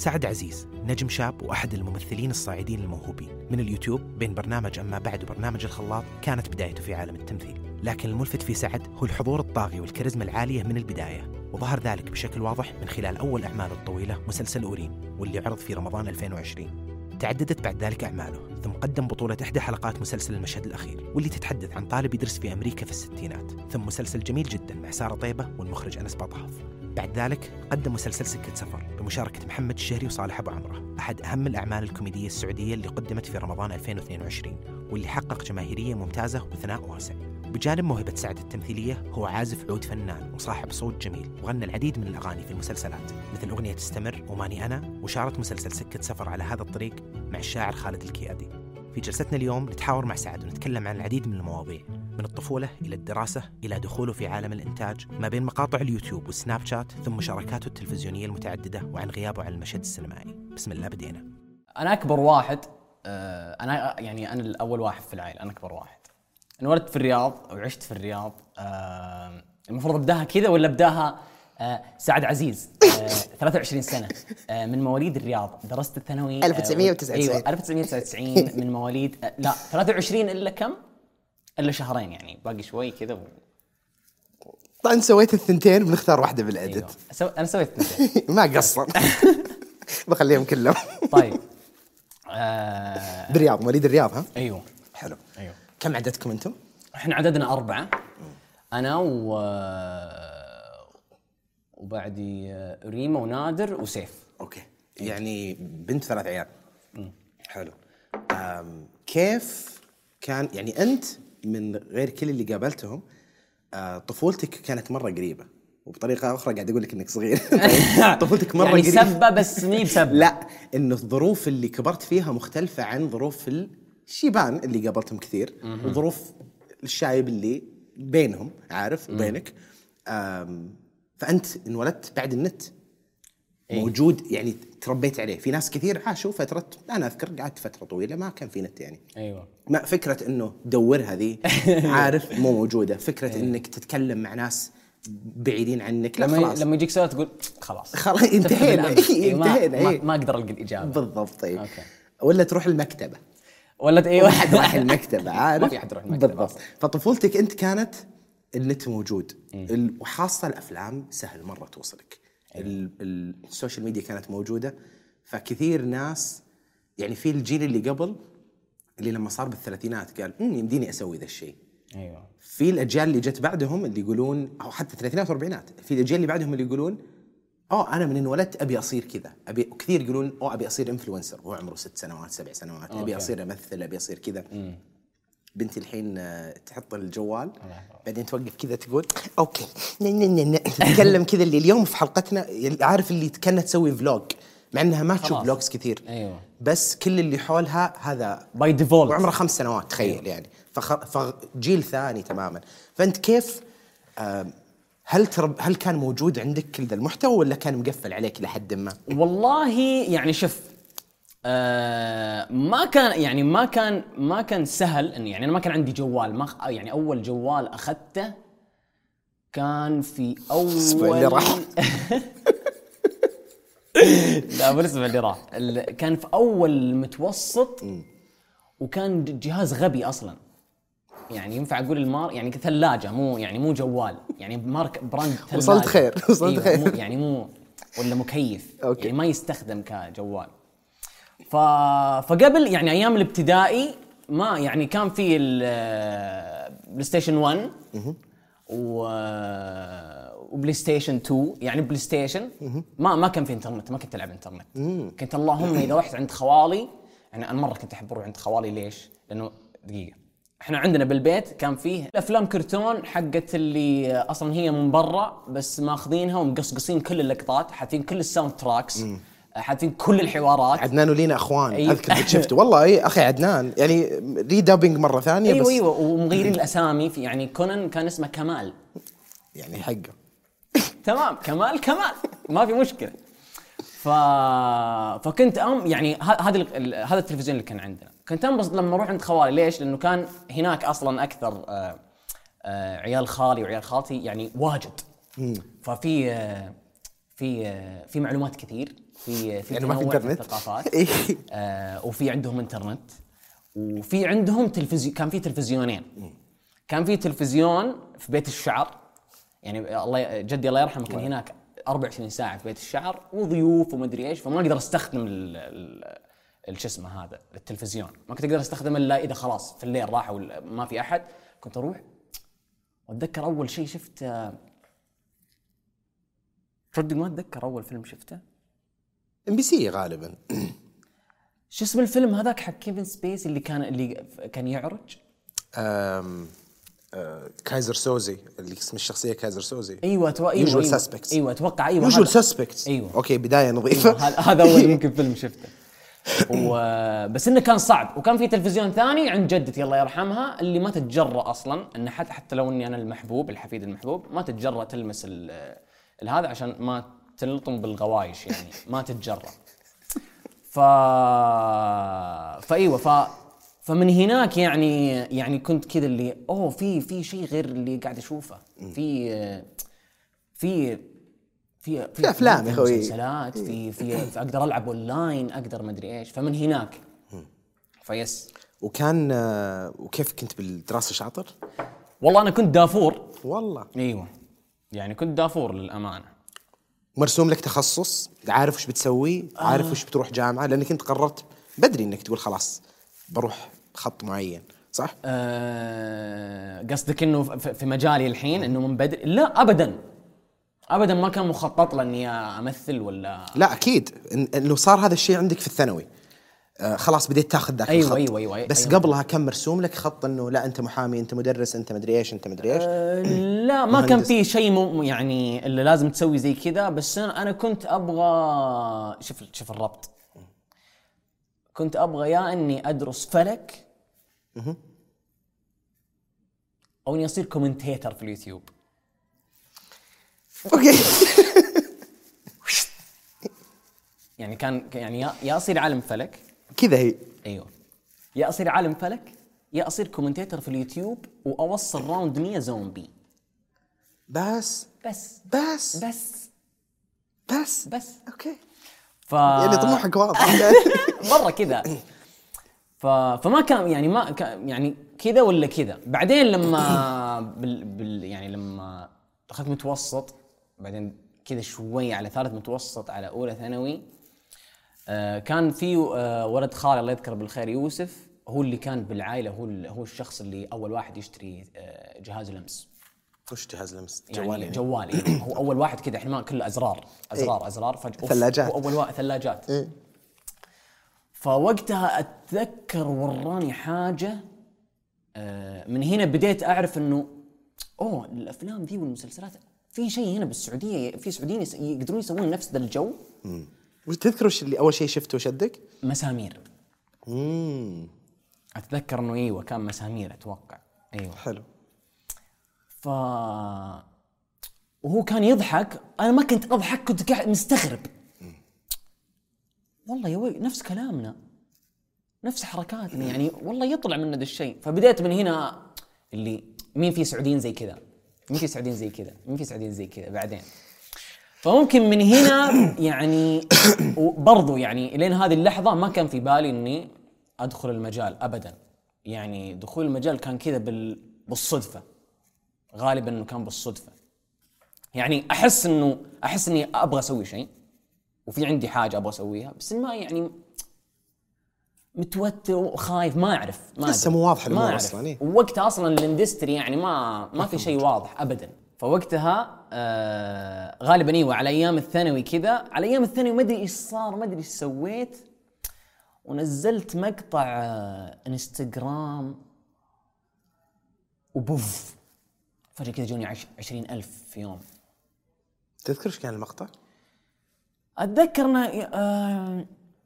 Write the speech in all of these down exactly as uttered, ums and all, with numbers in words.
سعد عزيز نجم شاب وأحد الممثلين الصاعدين الموهوبين. من اليوتيوب بين برنامج أما بعد وبرنامج الخلاط كانت بدايته في عالم التمثيل، لكن الملفت في سعد هو الحضور الطاغي والكاريزما العالية من البداية، وظهر ذلك بشكل واضح من خلال أول أعماله الطويلة مسلسل أورين، واللي عرض في رمضان ألفين وعشرين. تعددت بعد ذلك أعماله، ثم قدم بطولة إحدى حلقات مسلسل المشهد الأخير، واللي تتحدث عن طالب يدرس في أمريكا في الستينات، ثم مسلسل جميل جدا مع سارة طيبة والمخرج أنس بطحف. بعد ذلك قدم مسلسل سكة سفر بمشاركة محمد الشهري وصالح أبو عمرة، أحد أهم الأعمال الكوميدية السعودية اللي قدمت في رمضان ألفين واثنين وعشرين، واللي حقق جماهيرية ممتازة وثناء واسع. بجانب موهبة سعد التمثيلية، هو عازف عود فنان وصاحب صوت جميل، وغنى العديد من الأغاني في المسلسلات مثل أغنية تستمر وماني أنا، وشارك مسلسل سكة سفر على هذا الطريق مع الشاعر خالد الكيادي. في جلستنا اليوم نتحاور مع سعد ونتكلم عن العديد من المواضيع، من الطفولة إلى الدراسة إلى دخوله في عالم الإنتاج، ما بين مقاطع اليوتيوب والسناب شات ثم مشاركاته التلفزيونية المتعددة، وعن غيابه عن المشهد السينمائي. بسم الله بدينا. أنا أكبر واحد، أنا يعني أنا الأول واحد في العائلة، أنا أكبر واحد. انولدت في الرياض وعشت في الرياض. المفروض أبداها كذا ولا أبداها سعد عزيز؟ ثلاثة وعشرين سنة، من مواليد الرياض، درست الثانوي ألف وتسعمية وتسعة وتسعين. أيوة ألف وتسعمية وتسعة وتسعين. من مواليد لا ثلاثة وعشرين إلا كم؟ إلا شهرين، يعني باقي شوي كذا و... طبعا سويت الثنتين، بنختار واحدة بالعدد. أيوة. سو... أنا سويت الثنتين ما قصر. بخليهم كلهم. طيب آه... بالرياض، مواليد الرياض ها؟ أيوة. حلو. أيوة. كم عددكم أنتم؟ إحنا عددنا أربعة. أنا و وبعدي ريما ونادر وسيف. أوكي. يعني بنت ثلاث عيال. حلو. كيف كان يعني أنت من غير كل اللي قابلتهم طفولتك كانت مرة قريبة، وبطريقة أخرى قاعد أقول لك إنك صغير. طفولتك مرة يعني قريبة. يعني سبة بس مي بسبة. لا، إنه الظروف اللي كبرت فيها مختلفة عن ظروف الشيبان اللي قابلتهم كثير، وظروف الشايب اللي بينهم، عارف، وبينك. فأنت انولدت بعد النت موجود، يعني تربيت عليه. في ناس كثير عاشوا فترة، أنا أذكر قعدت فترة طويلة ما كان في نت، يعني أيوة. ما فكرة إنه دور هذه عارف مو موجودة. فكرة أيوة. إنك تتكلم مع ناس بعيدين عنك، لا لما خلاص لما يجيك سؤال تقول خلاص خلاص انتهينا. انتهينا ما, ما, ما أقدر ألقى الإجابة بالضبط. طيب أوكي. ولا تروح المكتبة، ولا أي واحد راح المكتبة، عارف، ما في أحد يروح المكتبة بالضبط. فطفولتك أنت كانت النت موجود، وحاصة الأفلام سهل مرة توصلك. السوشيال ميديا كانت موجودة، فكثير ناس يعني في الجيل اللي قبل اللي لما صار بالثلاثينات قال امم يمديني اسوي ذا الشيء. ايوه. في الاجيال اللي جت بعدهم اللي يقولون، او حتى الثلاثينات والاربعينات، في الاجيال اللي بعدهم اللي يقولون اه انا من انولدت ابي اصير كذا، ابي، وكثير يقولون اه ابي اصير انفلونسر وهو عمره ست سنوات سبع سنوات. أوكي. ابي اصير امثل، ابي اصير كذا. بنتي الحين تحط الجوال بعدين توقف كذا تقول اوكي تتكلم كذا. اللي اليوم في حلقتنا عارف اللي كانت تسوي فلوج، مع انها ما تشوف فلوجز كثير. أيوة. بس كل اللي حولها هذا باي ديفولت، وعمره خمس سنوات تخيل. أيوة. يعني فخ... فجيل ثاني تماما. فانت كيف آه هل ترب... هل كان موجود عندك كل ذا المحتوى ولا كان مقفل عليك لحد ما؟ والله يعني شوف، آه ما كان يعني ما كان ما كان سهل اني يعني انا ما كان عندي جوال. ما يعني اول جوال اخذته كان في اول اللي راح لا بالنسبه اللي راح كان في اول متوسط، وكان جهاز غبي اصلا. يعني ينفع اقول المار يعني ثلاجه، مو يعني مو جوال، يعني مارك براند ثلاجه. وصلت خير وصلت أيوة. خير مو يعني مو ولا مكيف. أوكي. يعني ما يستخدم كجوال. ف... فقبل يعني ايام الابتدائي ما يعني كان في البلاي ستيشن واحد و وبلاي ستيشن اثنين. يعني بلاي ستيشن ما ما كان في انترنت، ما كنت العب انترنت. كنت اللهم اذا رحت عند خوالي. يعني انا مره كنت احب اروح عند خوالي. ليش؟ لانه دقيقه احنا عندنا بالبيت كان فيه افلام كرتون حقت اللي اصلا هي من برا، بس ماخذينها ومقصقصين كل اللقطات، حاطين كل الساوند تراكس، حاطين كل الحوارات. عدنان ولينا اخوان. أيوة. اذكر قد شفته والله. اي اخي عدنان يعني ريدابينج مره ثانيه. أيوة بس ايوه ومغيرين الاسامي. في يعني كونان كان اسمه كمال، يعني حقه تمام كمال كمال ما في مشكله. ف فكنت ام يعني هذا هذا التلفزيون اللي كان عندنا. كنت انبسط لما اروح عند خوالي. ليش؟ لانه كان هناك اصلا اكثر آآ آآ عيال خالي وعيال خالتي يعني واجد. ففي في في معلومات كثير، في في يعني ما في تنوع إنترنت؟ الثقافات. إيه. آه وفي عندهم انترنت، وفي عندهم تلفزيون. كان في تلفزيونين، كان في تلفزيون في بيت الشعر، يعني الله جدي الله يرحمه كان هناك أربعة وعشرين ساعة في بيت الشعر وضيوف ومدري ايش، فما اقدر استخدم الش اسمه هذا التلفزيون، ما كنت اقدر استخدمه الا اذا خلاص في الليل راح وما في احد. كنت اروح واتذكر اول شيء شفته، تصدق ما اتذكر اول فيلم شفته، ام بي سي غالبا. شو اسم الفيلم هذاك حق كيفن سبيس اللي كان اللي كان يعرج؟ أم... أه... كايزر سوزي، اللي اسم الشخصيه كايزر سوزي. ايوه تو... ايوه Usual ايوه Suspects. ايوه اتوقع ايوه يوجوال سسبكتس. ايوه اوكي بدايه نظيفه. هذا هذا اول يمكن فيلم شفته. و... بس انه كان صعب. وكان في تلفزيون ثاني عند جدتي الله يرحمها اللي ما تتجرأ اصلا، ان حتى حتى لو اني انا المحبوب الحفيد المحبوب ما تتجرأ تلمس ال... هذا عشان ما تلطم بالغوايش، يعني ما تتجرأ. ف فايوه ف فمن هناك يعني يعني كنت كذا اللي اوه في في شيء غير اللي قاعد اشوفه، في في في في افلام يا اخوي، مسلسلات، في في اقدر العب اونلاين، اقدر ما ادري ايش. فمن هناك فيس. وكان وكيف كنت بالدراسه شاطر؟ والله انا كنت دافور. والله ايوه يعني كنت دافور للامانه. مرسوم لك تخصص، عارف وش بتسوي، عارف وش بتروح جامعه، لانك انت قررت بدري انك تقول خلاص بروح خط معين، صح؟ أه قصدك انه في مجالي الحين انه من بدري؟ لا ابدا ابدا، ما كان مخطط لاني امثل ولا لا اكيد انه صار هذا الشيء عندك في الثانوي. آه خلاص بديت تاخذ ذاك أيوة الخط. أيوة أيوة أيوة بس أيوة. قبلها كم مرسوم لك خط انه لا انت محامي، انت مدرس، انت مدري ايش، انت مدري ايش؟ أه لا ما كان في شيء م... يعني اللي لازم تسوي زي كذا. بس انا انا كنت ابغى شوف شوف الربط، كنت ابغى يا اني ادرس فلك او اني اصير كومنتيتر في اليوتيوب. اوكي. يعني كان يعني يا, يا اصير عالم فلك كذا هي. ايوه، يا اصير عالم فلك يا اصير كومنتيتر في اليوتيوب واوصل راوند مية زومبي. بس بس بس بس بس بس اوكي. ف يعني طموحك واضح. مره كذا. ف... فما كان يعني ما كان يعني كذا ولا كذا. بعدين لما بال... بال... يعني لما دخلت متوسط، بعدين كذا شوي على ثالث متوسط على اولى ثانوي، آه كان في آه ولد خالي الله يذكره بالخير يوسف، هو اللي كان بالعائله، هو هو الشخص اللي اول واحد يشتري آه جهاز لمس. وش جهاز لمس؟ جوال جوال يعني جوال يعني. هو اول واحد كذا، احنا ما كله ازرار ازرار إيه؟ ازرار فجاه ثلاجات. هو اول واحد ثلاجات. إيه؟ فوقتها اتذكر وراني حاجه، آه من هنا بديت اعرف انه اوه الافلام ذي والمسلسلات في شيء هنا بالسعوديه، في سعوديين يقدرون يسوون نفس ذا الجو. امم وش تذكر وش اللي اول شيء شفته وشدك؟ مسامير. امم اتذكر انه ايوه كان مسامير اتوقع. ايوه حلو. ف وهو كان يضحك، انا ما كنت اضحك، كنت قاعد مستغرب. والله يا وي نفس كلامنا نفس حركاتنا، يعني والله يطلع مننا ذا الشيء. فبديت من هنا اللي مين في سعوديين زي كذا، مين في سعوديين زي كذا، مين في سعوديين زي كذا. بعدين فممكن من هنا يعني وبرضو يعني لين هذه اللحظة ما كان في بالي اني ادخل المجال ابدا. يعني دخول المجال كان كذا بال... بالصدفة، غالبا انه كان بالصدفة. يعني احس انه احس اني ابغى اسوي شيء وفي عندي حاجة ابغى اسويها، بس ما يعني متوتر وخايف، ما اعرف ما لسه مو واضح الامور اصلا. إيه؟ ووقتها اصلا الاندستري يعني ما ما في شيء واضح ابدا. فوقتها آه غالبا ايوه على ايام الثانوي كذا، على ايام الثانوي ما ادري ايش صار، ما ادري ايش سويت، ونزلت مقطع آه انستغرام وبوف فجأة كذا جوني عش عشرين ألف في يوم. تذكر ايش كان المقطع؟ اتذكر انه آه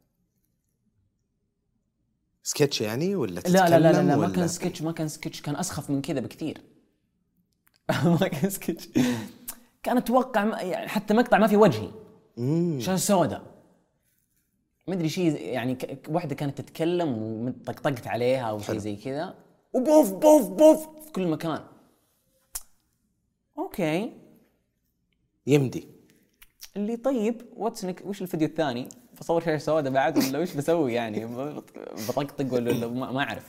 سكتش يعني ولا تتكلم؟ لا لا لا, لا, لا ولا ما كان سكتش، ما كان سكتش، كان اسخف من كذا بكثير. ما كان سكتش، كان اتوقع يعني حتى مقطع ما في وجهي، شاشة سوداء ما ادري شيء يعني ك... واحدة كانت تتكلم وطقطقت عليها او شيء زي كذا، وبوف بوف بوف في كل مكان. اوكي يمدي اللي طيب واتس نك وش الفيديو الثاني؟ بصور شاشة سوداء بعد ولا وش بسوي يعني؟ بطقطق ولا ما ما أعرف.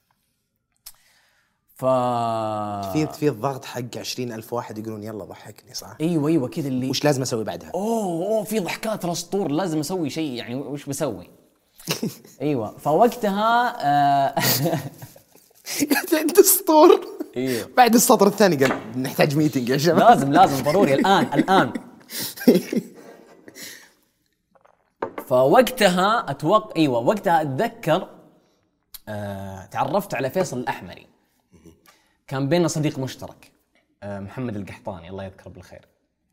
ف في في الضغط حق عشرين ألف واحد يقولون يلا ضحكني صح؟ ايوه ايوه كذا اللي وش لازم اسوي بعدها؟ اوه اوه في ضحكات الاسطور لازم اسوي شيء يعني وش بسوي؟ ايوه فوقتها آه انت اسطور. ايوه بعد السطر الثاني قال نحتاج ميتنج يا شباب. لازم لازم ضروري الان الان. فوقتها اتوقع ايوه وقتها اتذكر آه تعرفت على فيصل الأحمري. كان بيننا صديق مشترك آه محمد القحطاني الله يذكره بالخير.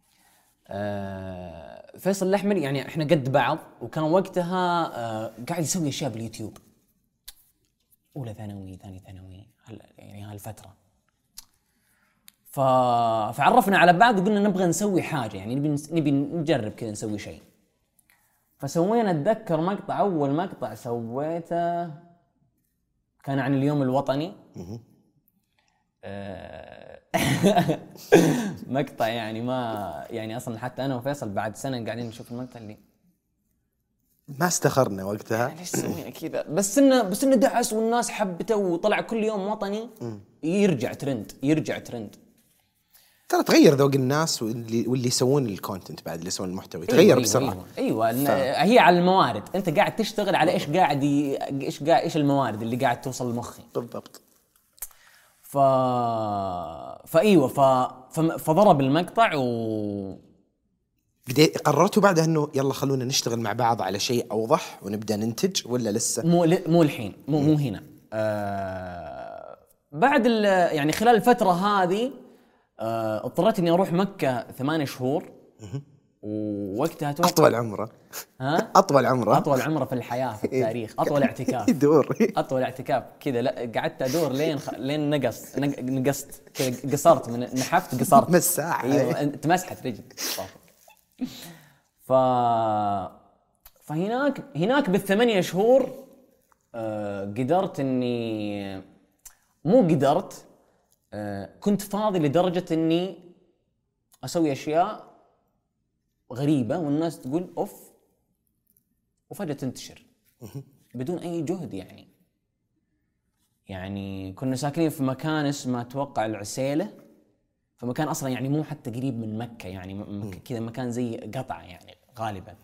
آه فيصل الأحمري يعني احنا قد بعض وكان وقتها آه قاعد يسوي اشياء باليوتيوب اولى ثانوي ثاني ثانوي يعني هالفتره. ف... فعرفنا على بعض وقلنا نبغى نسوي حاجه يعني نبي نبي نجرب كذا نسوي شيء. فسوينا اتذكر مقطع اول مقطع سويته كان عن اليوم الوطني. آه مقطع يعني ما يعني اصلا حتى انا وفيصل بعد سنه قاعدين نشوف المقطع اللي ما استخرنا وقتها. ليش سوينا كذا؟ بس انه بس انه دعس والناس حبته وطلع كل يوم وطني يرجع ترند يرجع ترند. ترى تغير ذوق الناس واللي واللي يسوون الكونتنت بعد اللي يسوون المحتوى تغير أيوة بسرعه. ايوه, أيوة. ف... هي على الموارد انت قاعد تشتغل على ايش قاعد ي... ايش قاعد ايش الموارد اللي قاعد توصل لمخي بالضبط. ف فايوه ف... ف... فضرب المقطع و بدي قررتوا بعدها انه يلا خلونا نشتغل مع بعض على شيء اوضح ونبدا ننتج ولا لسه؟ مو ل... مو الحين مو مو هنا. آه... بعد ال... يعني خلال الفتره هذه آه... اضطريت اني اروح مكه ثمانية شهور ووقتها توقع اطول عمره. ها اطول عمره اطول عمره في الحياه في التاريخ اطول اعتكاف يدور اطول اعتكاف كذا. لا قعدت ادور لين خ... لين نقص نق... نقصت كذا قصرت من نحفت قصرت نص ساعه. ايوه تمسحت رجلي. ف فهناك هناك بالثمانية شهور آه... قدرت اني مو قدرت آه... كنت فاضي لدرجه اني اسوي اشياء غريبة والناس تقول أوف وفجأة تنتشر بدون أي جهد. يعني يعني كنا ساكنين في مكان اسمه أتوقع العسيلة، في مكان أصلا يعني مو حتى قريب من مكة يعني مكة كذا مكان زي قطعة يعني غالبا.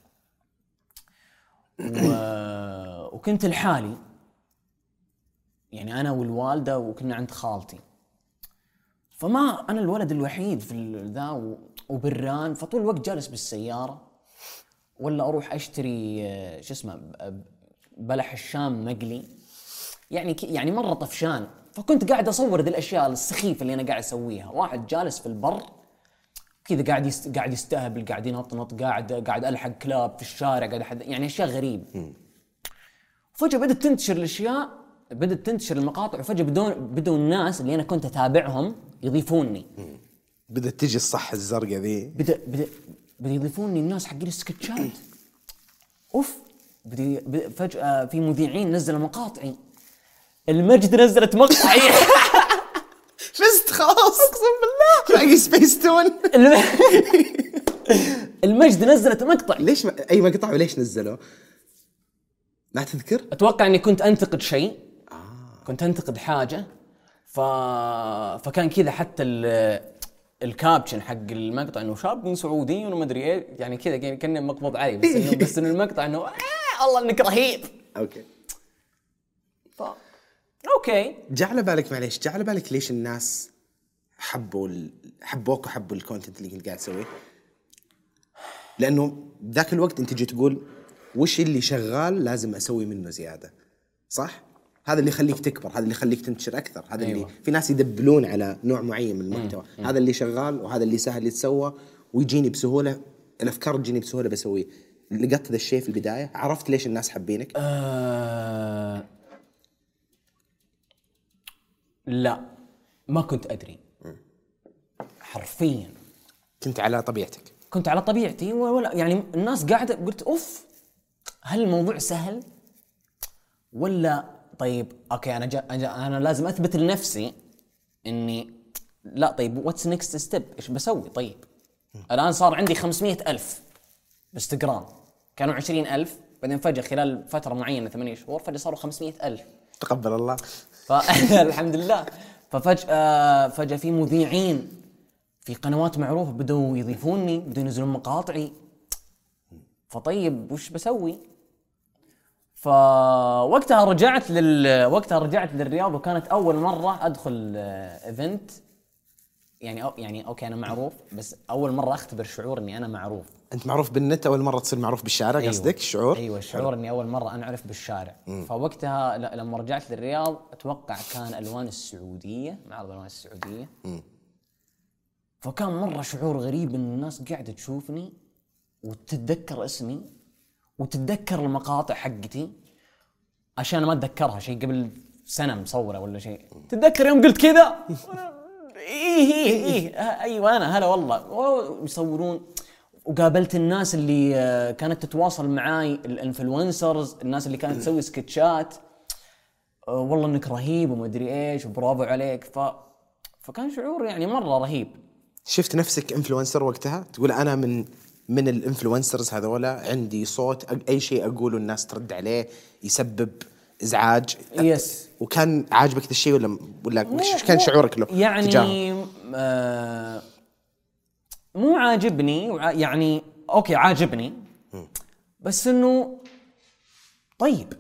و... وكنت لحالي يعني أنا والوالدة وكنا عند خالتي. فما أنا الولد الوحيد في ذا و... وبران فطول الوقت جالس بالسيارة ولا أروح أشتري شو اسمه بلح الشام مقلي يعني ك... يعني مرة طفشان. فكنت قاعد أصور ذي الأشياء السخيفة اللي أنا قاعد أسويها. واحد جالس في البر كذا قاعد يست... قاعد يستهبل قاعد ينطنط قاعد قاعد ألحق كلاب في الشارع قاعد أحد... يعني أشياء غريبة. فجأة بدأت تنتشر الأشياء بدأت تنتشر المقاطع وفجأة بدون بدون الناس اللي أنا كنت أتابعهم يضيفوني. بدأت تجي الصح الزرقاء ذي بدأ بدأ بدأ يضيفوني الناس حقين السكتشات. أوف بدي بدأ فجأة في مذيعين نزلوا مقاطعي. المجد نزلت مقطعي. فزت خلاص اقسم بالله باقي سبيس تون. المجد نزلت مقطع. ليش ما... اي مقطع وليش نزلوا ما تذكر؟ اتوقع اني كنت انتقد شيء آه. كنت انتقد حاجه ف... فكان كذا حتى ال... الكابشن حق المقطع انه شاب سعودي وما ادري ايه يعني كذا كان مقبوض علي بس انه بس انه المقطع انه آه الله انك رهيب. اوكي ف... اوكي جاء على بالك معليش جاء على بالك ليش الناس حبوا ال... حبوك وحبوا الكونتنت اللي كنت قاعد تسويه؟ لانه ذاك الوقت انت جيت تقول وش اللي شغال لازم اسوي منه زياده صح؟ هذا اللي يخليك تكبر هذا اللي يخليك تنتشر اكثر هذا أيوة. اللي في ناس يدبلون على نوع معين من المحتوى مم. هذا اللي شغال وهذا اللي سهل يتسوى ويجيني بسهوله الافكار تجيني بسهوله بسويه. لقيت ذا الشيء في البدايه عرفت ليش الناس حابينك؟ أه... لا ما كنت ادري حرفيا كنت على طبيعتك كنت على طبيعتي ولا يعني الناس قاعده قلت اوف هل الموضوع سهل ولا طيب اوكي انا جا انا لازم اثبت لنفسي اني لا طيب واتس نيكست ستيب ايش بسوي؟ طيب الان صار عندي خمسمية ألف بانستغرام كانوا عشرين ألف، بعدين فجأة خلال فترة معينة ثمانية شهور فجأة صاروا خمسمية ألف. تقبل الله. فالحمد لله. ففجأة فجأة في مذيعين في قنوات معروفة بدوا يضيفوني، بدوا ينزلون مقاطعي. فطيب وش بسوي؟ فوقتها رجعت لل وقتها رجعت للرياض، وكانت أول مرة أدخل إيفنت. يعني أو يعني أوكي أنا معروف، بس أول مرة أختبر شعور إني أنا معروف. أنت معروف بالنت، أول مرة تصير معروف بالشارع. أيوة. قصدك الشعور؟ أيوة الشعور إني أول مرة أنعرف بالشارع. مم. فوقتها لما رجعت للرياض أتوقع كان ألوان السعودية، معرض ألوان السعودية. مم. فكان مرة شعور غريب إن الناس قاعدة تشوفني وتتذكر اسمي وتتذكر المقاطع حقتي، عشان ما أتذكرها شيء قبل سنة مصورة ولا شيء. تتذكر يوم قلت كذا؟ إيه إيه إيه أيوة أنا هلا والله. يصورون. وقابلت الناس اللي كانت تتواصل معاي، الانفلونسرز، الناس اللي كانت تسوي سكتشات، والله إنك رهيب وما أدري إيش وبرافو عليك. ف فكان شعور يعني مرة رهيب. شفت نفسك انفلونسر وقتها؟ تقول أنا من من الانفلونسرز هذولا، عندي صوت، أي شيء أقوله الناس ترد عليه، يسبب إزعاج. يس. وكان عاجبك ذا الشيء ولا ولا مش كان شعورك له؟ يعني آه مو عاجبني، يعني أوكي عاجبني بس إنه طيب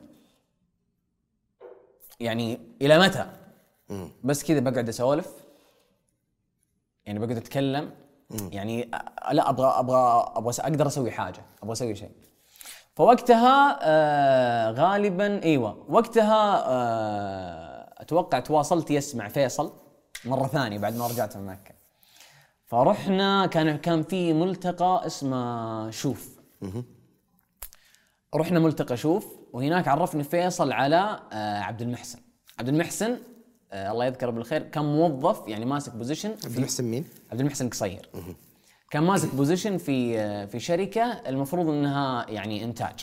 يعني إلى متى؟ بس كذا بقعد أسولف، يعني بقعد أتكلم. يعني لا أبغى أبغى أبغى أقدر أسوي حاجة، أبغى أسوي شيء. فوقتها آه غالبا أيوة وقتها آه أتوقع تواصلت يس مع فيصل مرة ثانية بعد ما رجعت من مكة. فرحنا كان كان في ملتقى اسمه شوف. رحنا ملتقى شوف، وهناك عرفني فيصل على آه عبد المحسن. عبد المحسن آه الله يذكره بالخير كان موظف، يعني ماسك بوزيشن. عبد المحسن مين؟ عبد المحسن قصير. كان ماسك بوزيشن في آه في شركة المفروض انها يعني انتاج.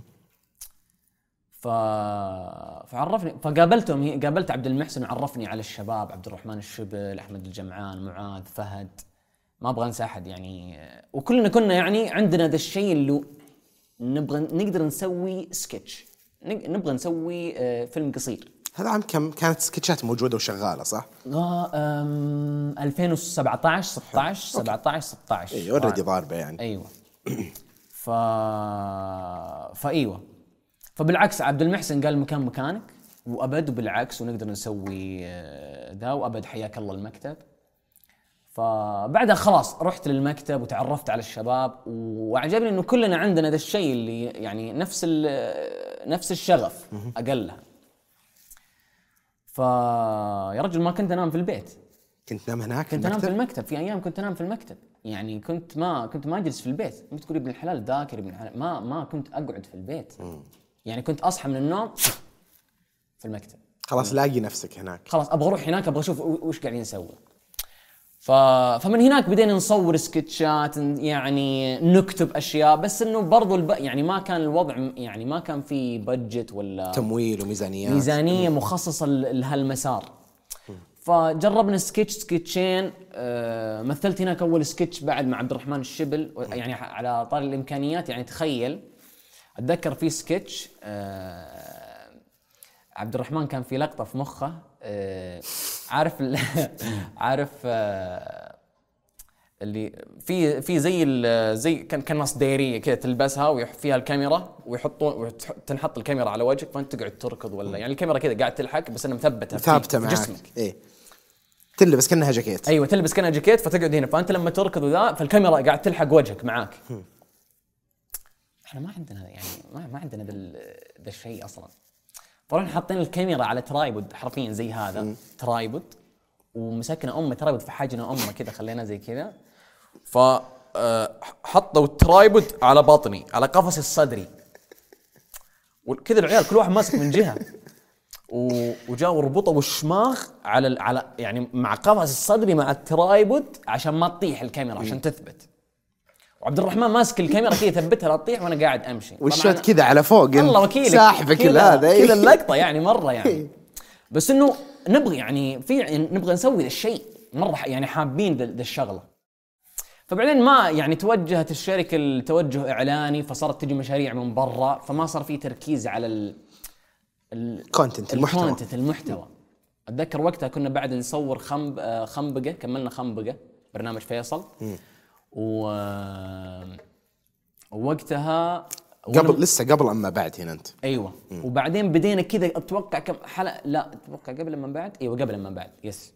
ف فعرفني، فقابلتهم، قابلت عبد المحسن وعرفني على الشباب، عبد الرحمن الشبل، احمد الجمعان، معاذ، فهد، ما ابغى انسى احد يعني. وكلنا كنا يعني عندنا ذا الشيء اللي نبغى نقدر نسوي سكتش، نبغى نسوي فيلم قصير. هذا عام كم كانت سكتشات موجوده وشغاله صح؟ اه ألفين وسبعطعش ستطعش سبعطعش ستطعش. اي اوريدي ضاربه يعني. ايوه. ف فايوه فبالعكس عبد المحسن قال مكان مكانك وابد، وبالعكس ونقدر نسوي ذا، وابد حياك الله المكتب. فبعدها خلاص رحت للمكتب وتعرفت على الشباب، وعجبني انه كلنا عندنا ذا الشيء اللي يعني نفس نفس الشغف اقلها. فيا رجل ما كنت انام في البيت، كنت نام هناك، كنت انام في المكتب. في ايام كنت انام في المكتب، يعني كنت ما كنت ما اجلس في البيت. انت تقولي ابن الحلال ذاكر ابن الحلال، ما ما كنت اقعد في البيت. م. يعني كنت اصحى من النوم في المكتب، خلاص لاقي نفسك هناك، خلاص ابغى اروح هناك، ابغى اشوف وش قاعدين نسوي. ف... فمن هناك بدينا نصور سكتشات، يعني نكتب اشياء، بس انه برضو الب... يعني ما كان الوضع، يعني ما كان في بادجت ولا تمويل وميزانيات، ميزانيه مخصصه لهالمسار. فجربنا سكتش سكتشين. آه مثلت هناك اول سكتش بعد مع عبد الرحمن الشبل، يعني على طار الامكانيات. يعني تخيل، اتذكر في سكتش آه عبد الرحمن كان في لقطه في مخه، آه عارف عارف آه اللي في في زي زي كان كنص دايريه كذا تلبسها وفيها الكاميرا، ويحطون وتنحط الكاميرا على وجهك فانت تقعد تركض، ولا يعني الكاميرا كذا قاعد تلحق بس انها مثبته ثابته في جسمك. ايه تلبس كأنها جاكيت. ايوه تلبس كأنها جاكيت، فتقعد هنا، فانت لما تركض وذا فالكاميرا قاعد تلحق وجهك معاك. احنا ما عندنا يعني ما ما عندنا ذا ذا الشيء اصلا. فرحنا حاطين الكاميرا على ترايبود حرفيا زي هذا م. ترايبود، ومسكنا امه ترايبود في حاجنا امه كذا خلينا زي كذا. فحطوا الترايبود على بطني، على قفص الصدري، وكذا العيال كل واحد ماسك من جهه، وجاوا ربطوا الشماغ على على يعني مع قفص الصدري مع الترايبود عشان ما تطيح الكاميرا، عشان تثبت. وعبد الرحمن ماسك الكاميرا كذا يثبتها لا تطيح، وانا قاعد امشي والشوت كذا على فوق، الله وكيلك ساحبك كل هذا كذا اللقطه يعني مره يعني. بس انه نبغى يعني في نبغى نسوي ذا الشيء مره، يعني حابين ذا الشغله. فبعدين ما يعني توجهت الشركه لتوجه اعلاني، فصارت تجي مشاريع من برا، فما صار في تركيز على ال الكونتنت المحتوى الكونتنت المحتوو. اتذكر وقتها كنا بعد نصور خنب خنبقه، كملنا خنبقه برنامج فيصل. و ووقتها قبل ون... لسه قبل اما بعد هنا انت. ايوه. مم. وبعدين بدينا كذا اتوقع كم حلقه، لا اتوقع قبل اما بعد، ايوه قبل اما بعد، يس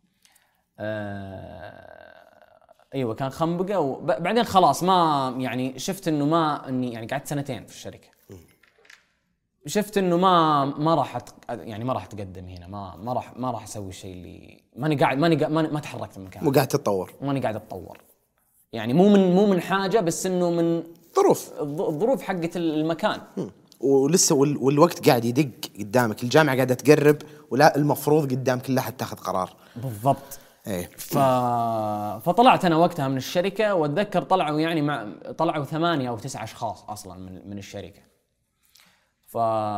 آه... ايوه كان خنبقه. وبعدين خلاص ما يعني شفت انه ما اني يعني قعدت سنتين في الشركه. مم. شفت انه ما ما راح أت... يعني ما راح اتقدم هنا، ما ما راح ما راح اسوي الشيء اللي ماني قاعد ماني قاعد ما, ما تحركت من مكاني، مو قاعد تتطور، ماني قاعد اتطور. يعني مو من مو من حاجه، بس انه من ظروف الظروف حقت المكان. م. ولسه وال... والوقت قاعد يدق قدامك، الجامعه قاعده تقرب، ولا المفروض قدام كل احد تاخذ قرار. بالضبط. ايه. ف... فطلعت انا وقتها من الشركه، واتذكر طلعوا يعني مع طلعوا ثمانية او تسعة اشخاص اصلا من من الشركه. ف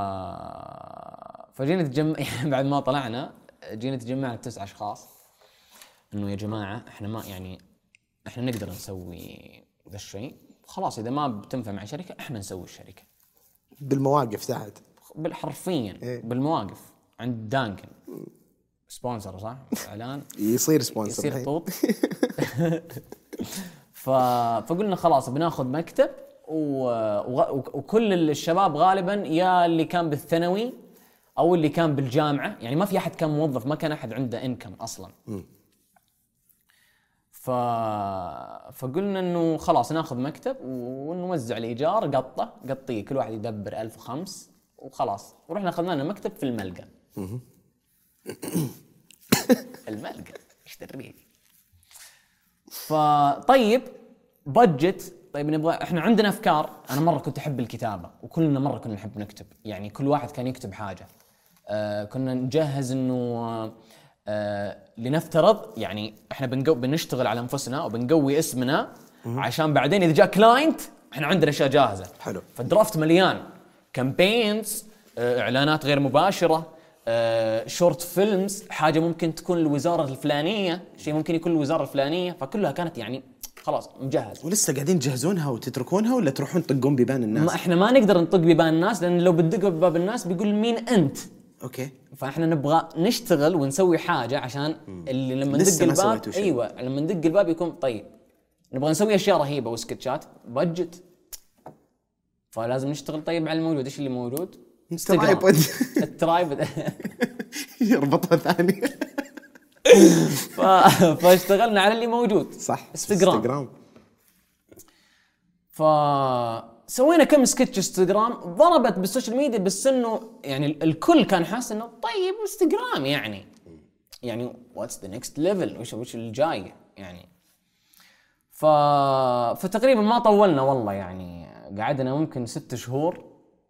فجينا تجمع يعني بعد ما طلعنا جينا تجمعنا تسعة اشخاص، انه يا جماعه احنا ما يعني احنا نقدر نسوي ذا الشيء، خلاص اذا ما بتنفع مع شركه احنا نسوي الشركه بالمواقف تحت، بالحرفيا. إيه؟ بالمواقف عند دانكن سبونسر صح اعلان يصير سبونسر يصير طوط. ف... فقلنا خلاص بناخذ مكتب و... و... وكل الشباب غالبا يا اللي كان بالثانوي او اللي كان بالجامعه، يعني ما في احد كان موظف، ما كان احد عنده انكم اصلا. م. ف... فقلنا انه خلاص ناخذ مكتب ونوزع الايجار قطه قطيه، كل واحد يدبر ألف وخمس وخلاص. ورحنا اخذنا لنا مكتب في الملقا. الملقا ايش دري. فطيب بادجت، طيب نبغى احنا عندنا افكار. انا مره كنت احب الكتابه، وكلنا مره كنا نحب نكتب، يعني كل واحد كان يكتب حاجه. آه كنا نجهز انه آه آه لنفترض يعني احنا بنقو بنشتغل على انفسنا وبنقوي اسمنا عشان بعدين اذا جاء كلاينت احنا عندنا اشياء جاهزه. حلو. فالدرافت مليان كامبينز، آه اعلانات غير مباشره، آه شورت فيلمز، حاجه ممكن تكون الوزاره الفلانيه، شيء ممكن يكون الوزاره الفلانيه، فكلها كانت يعني خلاص مجهز. ولسه قاعدين تجهزونها وتتركونها ولا تروحون تطقون ببان الناس؟ ما احنا ما نقدر نطق ببان الناس، لان لو بتدق بباب الناس بيقول مين انت. اوكي. فاحنا نبغى نشتغل ونسوي حاجه عشان م. اللي لما ندق الباب ايوه لما ندق الباب يكون طيب. نبغى نسوي اشياء رهيبه وسكتشات بادجت، فلازم نشتغل طيب على الموجود. ايش اللي موجود؟ ترايبود. الترايبود يربطها ثاني. ف... فاشتغلنا على اللي موجود. صح. انستغرام. انستغرام. فسوينا كم سكتش انستغرام ضربت بالسوشيال ميديا، بس انه يعني الكل كان حاسس انه طيب انستغرام يعني يعني واتس ذا نيكست ليفل، وش وش الجاي يعني. ف فتقريبا ما طولنا والله، يعني قعدنا ممكن ست شهور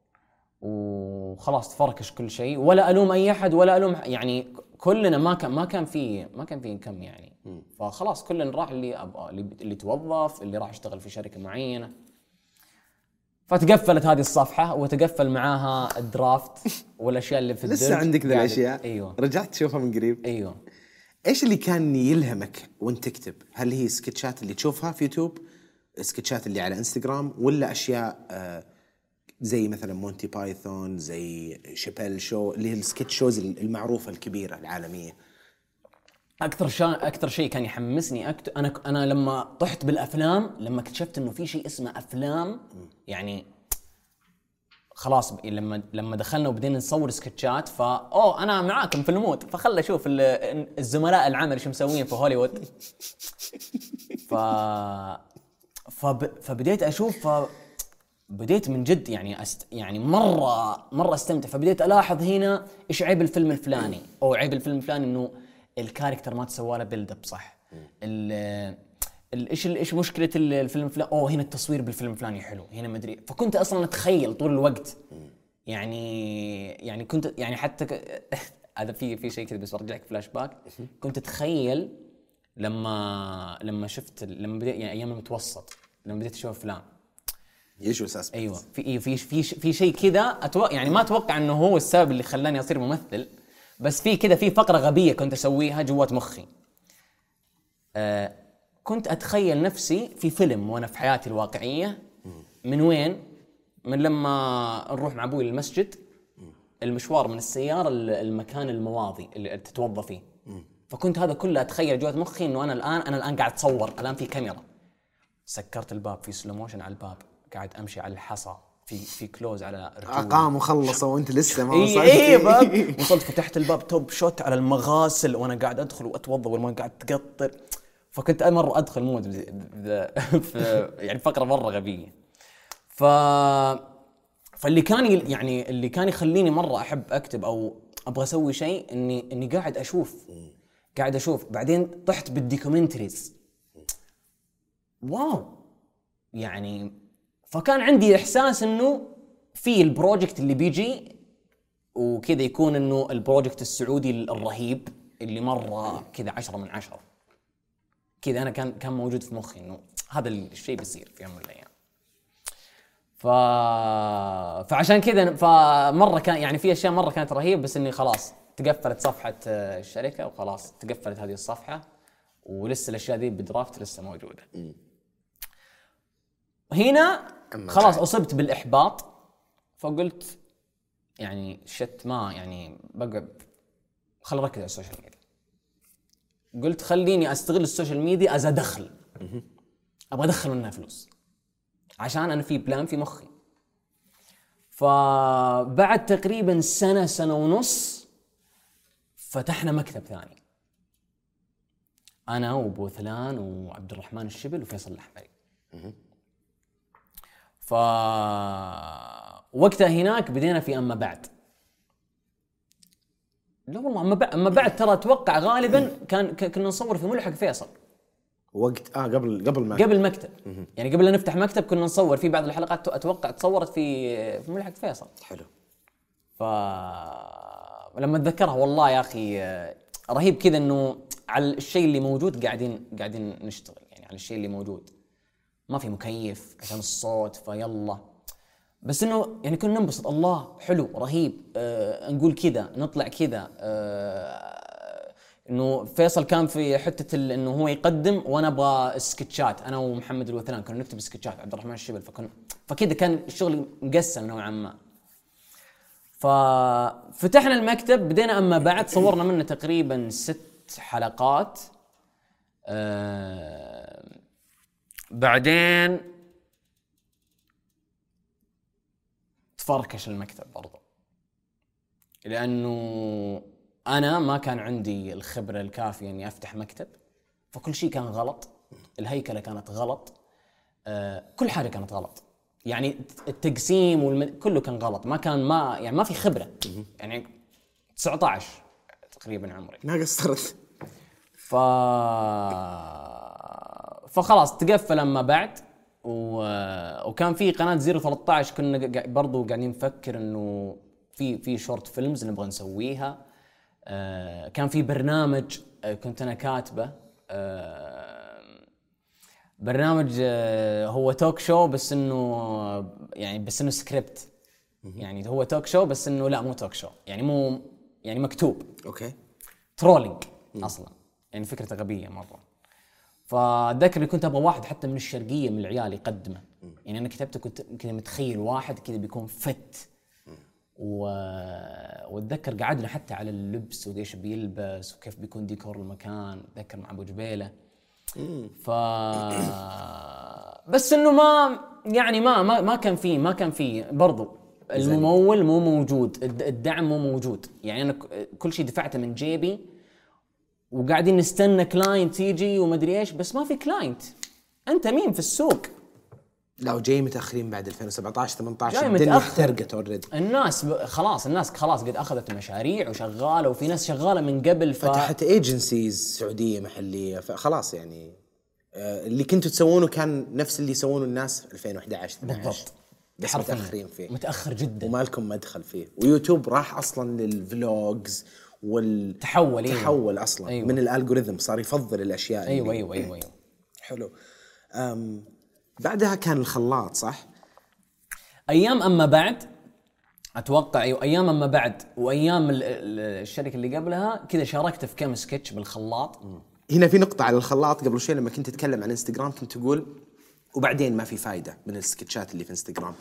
وخلاص تفركش كل شيء. ولا الوم اي احد ولا الوم يعني كلنا ما كان ما كان في ما كان في انكم يعني. م. فخلاص كلنا راح اللي ابغى، اللي, اللي توظف، اللي راح يشتغل في شركه معينه. فتقفلت هذه الصفحه وتقفل معاها الدرافت والاشياء اللي في الدرج. لسه عندك ذي الاشياء؟ ايوه. رجعت تشوفها من قريب؟ ايوه. ايش اللي كان يلهمك وانت تكتب؟ هل هي سكتشات اللي تشوفها في يوتيوب، سكتشات اللي على انستغرام، ولا اشياء آه زي مثلا مونتي بايثون، زي شابيل شو، اللي هي السكتش شوز المعروفه الكبيره العالميه؟ اكثر شيء اكثر شيء كان يحمسني أكت... انا انا لما طحت بالافلام، لما اكتشفت انه في شيء اسمه افلام، يعني خلاص لما لما دخلنا وبدينا نصور سكتشات، فا اوه انا معاكم في المود، فخلى اشوف الزملاء العمل شو مسوين في هوليوود. ف فب... فبديت اشوف، ف بديت من جد يعني أست... يعني مره مره استمتع. فبديت الاحظ هنا ايش عيب الفيلم الفلاني، او عيب الفيلم الفلاني انه الكاركتر ما تسوى له بيلد اب صح، ال ايش ايش مشكله الفيلم الفلاني، اوه هنا التصوير بالفيلم الفلاني حلو، هنا ما ادري. فكنت اصلا اتخيل طول الوقت، يعني يعني كنت يعني حتى ك... هذا في في شيء كذا بس برجع لك فلاش باك. كنت اتخيل لما لما شفت لما بديت يعني ايام المتوسط، لما بديت اشوف افلام ايش اساس؟ ايوه في في في في شيء كذا أتوقع، يعني ما اتوقع انه هو السبب اللي خلاني اصير ممثل، بس في كذا في فقره غبيه كنت اسويها جوات مخي. أه كنت اتخيل نفسي في فيلم وانا في حياتي الواقعيه. من وين؟ من لما نروح مع ابوي للمسجد، المشوار من السياره المكان المواضي اللي تتوضا فيه. فكنت هذا كله اتخيل جوات مخي انه انا الان انا الان قاعد اتصور، الان في كاميرا، سكرت الباب، في سلو موشن على الباب، قاعد امشي على الحصى، في في كلوز على رجولي، اقام وخلصوا وانت لسه ما وصلت. اي اي وصلت، فتحت الباب، توب شوت على المغاسل وانا قاعد ادخل واتوضا والماء قاعد تقطر. فكنت مره ادخل مود في يعني فقره مره غبيه. ف فاللي كان يعني اللي كان يخليني مره احب اكتب او ابغى اسوي شيء اني اني قاعد اشوف قاعد اشوف بعدين طحت بالديكومنتريز. واو يعني، فكان عندي احساس انه في البروجكت اللي بيجي وكذا يكون انه البروجكت السعودي الرهيب اللي مره كذا عشرة من عشرة كذا. انا كان كان موجود في مخي انه هذا الشيء بيصير في يوم من الايام. ف فعشان كذا فمره كان يعني في اشياء مره كانت رهيبه، بس اني خلاص تقفلت صفحه الشركه وخلاص تقفلت هذه الصفحه، ولسه الاشياء دي بدرافت لسه موجوده. هنا خلاص اصبت بالاحباط، فقلت يعني شت ما يعني بقعد، خل اركز على السوشيال ميديا. قلت خليني استغل السوشيال ميديا از ادخل، ابغى ادخل منها فلوس عشان انا في بلان في مخي. فبعد تقريبا سنه سنه ونص فتحنا مكتب ثاني، انا وابو ثلان وعبد الرحمن الشبل وفيصل الاحمري. ف وقتها هناك بدينا في اما بعد. لا والله اما بعد اما بعد ترى اتوقع غالبا كان كنا نصور في ملحق فيصل وقت اه قبل قبل ما قبل مكتب. يعني قبل لا نفتح مكتب كنا نصور في بعض الحلقات اتوقع تصورت في في ملحق فيصل. حلو. ف لما اتذكرها والله يا اخي رهيب كذا، انه على الشيء اللي موجود قاعدين قاعدين نشتغل، يعني على الشيء اللي موجود. ما في مكيف عشان الصوت فيلا، بس انه يعني كنا ننبسط. الله حلو رهيب، آه نقول كذا نطلع كذا. آه انه فيصل كان في حته انه هو يقدم وانا ابغى سكتشات، انا ومحمد الوثلان كنا نكتب سكتشات، عبد الرحمن الشبل، فكن فكذا كان الشغل مقسم نوعا ما. ففتحنا المكتب بدينا اما بعد صورنا منه تقريبا ست حلقات. آه بعدين تفركش المكتب برضو، لأنه أنا ما كان عندي الخبرة الكافية إني أفتح مكتب، فكل شيء كان غلط. الهيكلة كانت غلط، آه كل حاجة كانت غلط، يعني التقسيم والم... كله كان غلط. ما كان ما يعني ما في خبرة. يعني تسعة عشر تقريبا عمري، ما قصرت. ف فخلاص تقفل أما بعد. و... وكان في قناة زيرو ثلاثة عشر كنا برضو قاعدين نفكر إنه في في شورت فيلمز نبغى نسويها. آه كان في برنامج آه كنت أنا كاتبه، آه برنامج آه هو توك شو، بس إنه يعني بس إنه سكريبت. يعني هو توك شو بس إنه لا مو توك شو، يعني مو يعني مكتوب. أوكي. ترولينج أصلاً، يعني فكرة غبية مرة. فذكر كنت ابغى واحد حتى من الشرقيه من العيال يقدمه. يعني انا كتبته كنت كذا متخيل واحد كذا بيكون فت. و... واتذكر قعدنا حتى على اللبس وايش بيلبس وكيف بيكون ديكور المكان. ذكر مع ابو جبيله. ف بس انه ما يعني ما ما, ما كان فيه ما كان فيه برضو الممول مو موجود، الدعم مو موجود. يعني انا كل شيء دفعته من جيبي، وقاعدين نستنى كلاينت يجي وما ادري ايش، بس ما في كلاينت. انت مين في السوق؟ لا وجاي متاخرين بعد ألفين وسبعة عشر ثمانية عشر جاي الدنيا متأخر. احترقت اوريدي. الناس ب... خلاص الناس خلاص قد اخذت مشاريع وشغاله، وفي ناس شغاله من قبل. ف... فتحت ايجنسيز سعوديه محليه، فخلاص يعني آه اللي كنتوا تسوونه كان نفس اللي يسوونه الناس ألفين وإحدى عشر بالضبط، بس متاخرين فيه، متاخر جدا، وما لكم مدخل فيه. ويوتيوب راح اصلا للفلوجز والتحول أيوة. تحول اصلا أيوة. من الالغوريثم صار يفضل الاشياء. ايوه ايوه ايوه, أيوة. حلو. أم بعدها كان الخلاط صح؟ ايام اما بعد اتوقع ايوه ايام اما بعد وايام الشركه اللي قبلها كذا شاركت في كم سكتش بالخلاط. هنا في نقطة على الخلاط. قبل شوي لما كنت تتكلم عن انستغرام كنت تقول وبعدين ما في فايدة من السكتشات اللي في انستغرام.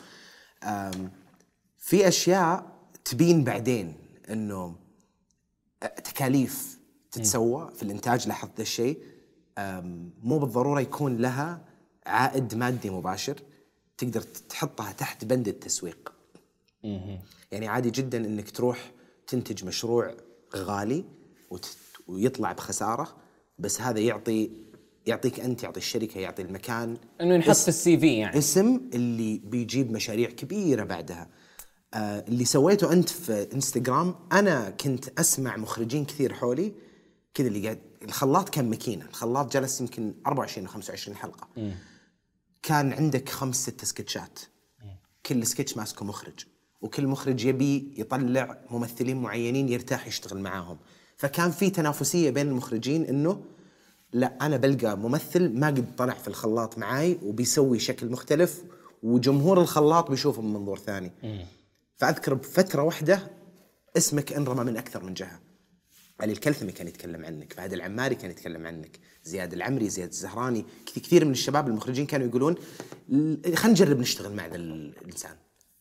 في أشياء تبين بعدين إنه تكاليف تتسوى في الإنتاج. لاحظت الشيء مو بالضرورة يكون لها عائد مادي مباشر، تقدر تحطها تحت بند التسويق. يعني عادي جدا إنك تروح تنتج مشروع غالي ويطلع بخسارة، بس هذا يعطي يعطيك أنت، يعطي الشركة، يعطي المكان إنه ينحط في السي في، يعني اسم اللي بيجيب مشاريع كبيرة بعدها. آه اللي سويته أنت في إنستغرام، أنا كنت أسمع مخرجين كثير حولي كذا اللي قاعد الخلاط كان ماكينة. الخلاط جلس يمكن أربعة وعشرين أو خمسة وعشرين حلقة. م. كان عندك خمس ست سكتشات، كل سكتش ماسكه مخرج، وكل مخرج يبي يطلع ممثلين معينين يرتاح يشتغل معاهم. فكان في تنافسية بين المخرجين إنه لا أنا بلقى ممثل ما قد طلع في الخلاط معاي وبيسوي شكل مختلف، وجمهور الخلاط بيشوفه من منظور ثاني. م. فأذكر بفترة واحدة اسمك انرمى من أكثر من جهة. علي الكلثمي كان يتكلم عنك، فهد العماري كان يتكلم عنك، زياد العمري، زياد الزهراني، كثير من الشباب المخرجين كانوا يقولون خلينا نجرب نشتغل مع ذا الإنسان.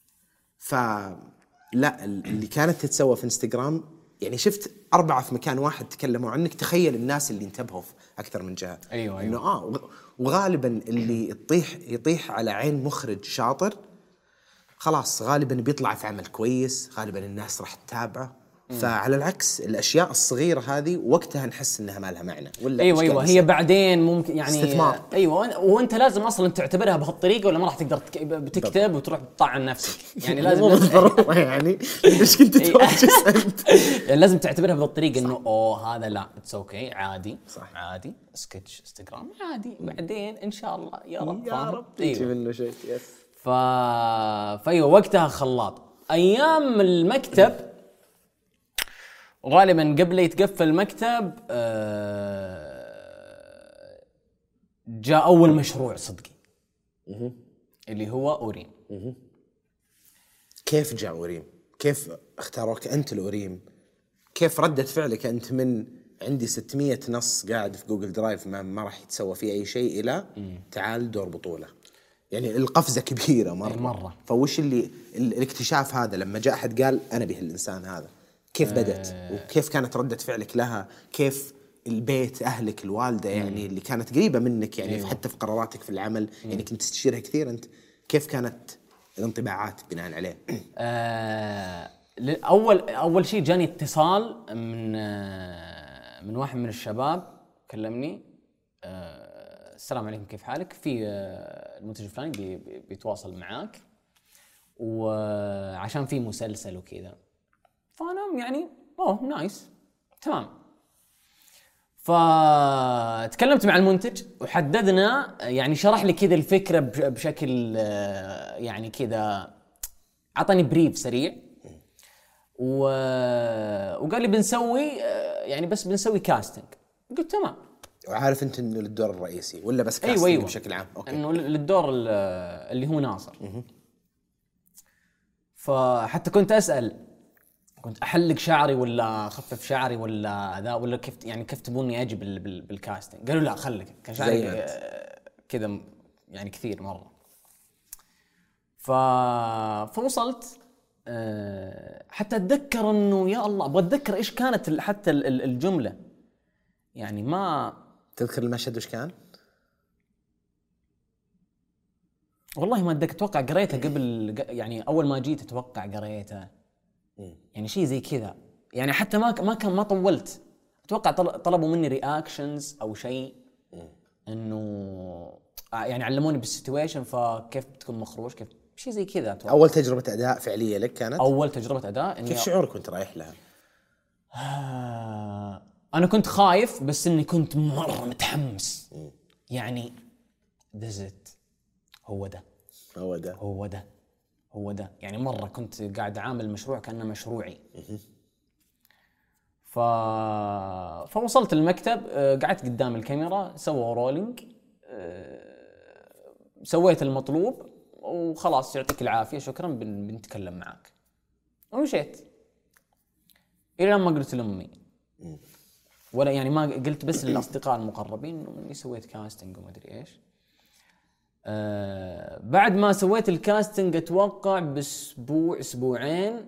فلا اللي كانت تتسوى في انستغرام، يعني شفت أربعة في مكان واحد تكلموا عنك، تخيل الناس اللي انتبهوا في أكثر من جهة. أيوة أيوة. إنه آه وغالبا اللي يطيح يطيح على عين مخرج شاطر خلاص غالبا بيطلع في عمل كويس، غالبا الناس راح تتابعه. فعلى العكس الأشياء الصغيرة هذه وقتها نحس إنها ما لها معنى. ولا أيوة أيوة هي بعدين ممكن يعني استثمار. أيوة وأنت لازم أصلاً تعتبرها بهالطريقة، ولا ما راح تقدر بتكتب وتروح تطعن نفسك. يعني لازم بالضبط يعني إيش كنت توجس أنت؟ يعني لازم تعتبرها بهالطريقة إنه أوه هذا لا اتس أوكي عادي. صح. عادي سكتش انستغرام عادي، بعدين إن شاء الله يا رب يا رب تيجي منه شيء. يس. ف فأيوة وقتها خلاط. أيام المكتب غالباً قبل يتقفل المكتب جاء أول مشروع صدقي اللي هو أوريم. كيف جاء أوريم؟ كيف اختاروك أنت الأوريم؟ كيف ردة فعلك أنت من عندي ستمية نص قاعد في جوجل درايف ما, ما راح يتسوى فيه أي شيء إلى تعال دور بطولة؟ يعني القفزة كبيرة مرة. مرة. فوش اللي الاكتشاف هذا لما جاء أحد قال أنا به الإنسان هذا؟ كيف بدأت؟ وكيف كانت ردة فعلك لها؟ كيف البيت أهلك الوالدة يعني اللي كانت قريبة منك يعني أيوة. حتى في قراراتك في العمل مم. يعني كنت تستشيرها كثير أنت، كيف كانت الانطباعات بناء عليه؟ آه أول أول شيء جاني اتصال من آه من واحد من الشباب كلمني، آه السلام عليكم كيف حالك؟ في آه المنتج الفلاني بي بي بيتواصل معاك وعشان في مسلسل وكذا. فأنا يعني أوه نايس تمام. فتكلمت مع المنتج وحددنا، يعني شرح لي كذا الفكرة بشكل يعني كذا، عطاني بريف سريع و... وقال لي بنسوي يعني بس بنسوي كاستنج. قلت تمام. وعارف أنت إنه للدور الرئيسي ولا بس كاستنج؟ أيوة أيوة. بشكل عام أوكي. إنه للدور اللي هو ناصر. فحتى كنت أسأل، كنت أحلق شعري ولا أخفف شعري ولا ذا ولا كيف يعني كيف تبوني أجي بال بالكاستنج؟ قالوا لا خليك، كان شعري كذا يعني كثير مرة. ف فوصلت حتى أتذكر إنه يا الله أبغى أتذكر إيش كانت حتى الجملة، يعني ما تذكر المشهد إيش كان؟ والله ما أتذكر، أتوقع قريتها قبل يعني أول ما جيت أتوقع قريتها يعني شيء زي كذا. يعني حتى ما ما كان ما طولت، اتوقع طلبوا مني رياكشنز او شيء، انه يعني علموني بالسيتويشن فكيف بتكون مخروج، كيف شيء زي كذا. أتوقع اول تجربه اداء فعليه لك كانت؟ اول تجربه اداء. كيف شعورك وانت رايح لها؟ آه انا كنت خايف بس اني كنت مره متحمس. م. يعني دزت هو ده هو ده هو ده هو ده يعني مرة كنت قاعد عامل مشروع كأنه مشروعي. ف... فوصلت المكتب، قعدت قدام الكاميرا، سووا رولينج، سويت المطلوب وخلاص يعطيك العافية شكرا بنتكلم معاك، ومشيت إلى لما قلت لأمي ولا يعني ما قلت بس للاصدقاء المقربين اني سويت كاستنج وما ادري ايش. أه بعد ما سويت الكاستنج اتوقع باسبوع اسبوعين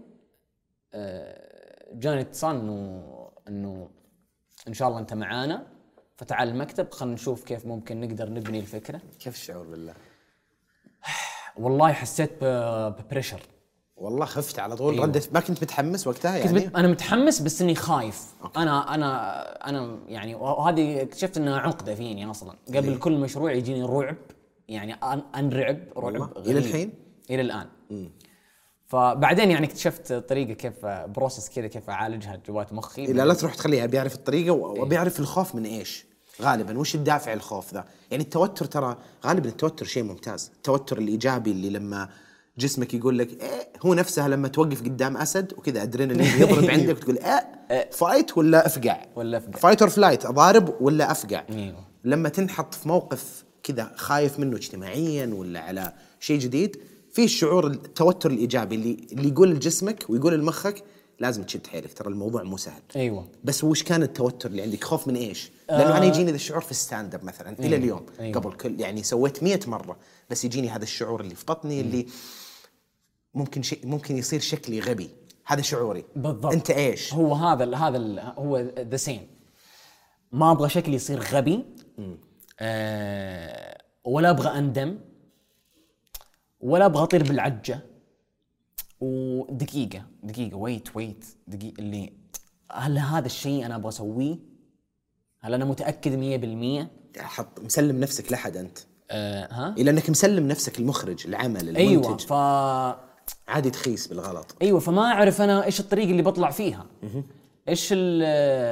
أه جاني اتصال انه انه ان شاء الله انت معانا فتعال المكتب خلينا نشوف كيف ممكن نقدر نبني الفكره. كيف الشعور بالله؟ والله حسيت ببريشر، والله خفت على طول. أيوه. ردت ما كنت متحمس وقتها يعني؟ كنت انا متحمس بس اني خايف. أوكي. انا انا انا يعني وهذه اكتشفت انها عقده فيني اصلا. قبل ليه؟ كل مشروع يجيني رعب، يعني انرعب رعب الى الحين الى الان. م. فبعدين يعني اكتشفت طريقه كيف بروسس كذا كيف اعالجها جوات مخي. لا لا تروح تخليها بيعرف الطريقه وبيعرف الخوف من ايش غالبا، وش الدافع الخوف ذا. يعني التوتر ترى غالبا التوتر شيء ممتاز، التوتر الايجابي اللي لما جسمك يقول لك إيه، هو نفسها لما توقف قدام اسد وكذا ادرينالين يضرب عندك وتقول إيه فايت ولا افقع ولا افقع فايت اور فلايت، اضارب ولا افقع. أيوه. لما تنحط في موقف كذا خايف منه اجتماعيا ولا على شيء جديد، في الشعور التوتر الايجابي اللي اللي يقول لجسمك ويقول لمخك لازم تشد حيلك، ترى الموضوع مو سهل. ايوه. بس وش كان التوتر اللي عندك؟ خوف من ايش؟ لانه آه انا يجيني ذا الشعور في الستاند اب مثلا. أيوه. الى اليوم. أيوه. قبل كل يعني سويت مية مره بس يجيني هذا الشعور اللي في بطني اللي ممكن شيء ممكن يصير شكلي غبي. هذا شعوري بالضبط. انت ايش؟ هو هذا ال هذا ال هو ذا سيم. ما ابغى شكلي يصير غبي آه ولا ابغى اندم ولا ابغى اطير بالعجه. ودقيقه دقيقه ويت ويت دقيقه اللي هل هذا الشيء انا ابغى اسويه؟ هل انا متاكد مية بالمية؟ حط مسلم نفسك لحد انت أه ها الى انك مسلم نفسك المخرج العمل المنتج. ايوه ف عادي تخيس بالغلط. ايوه فما اعرف انا ايش الطريقه اللي بطلع فيها. ايش ال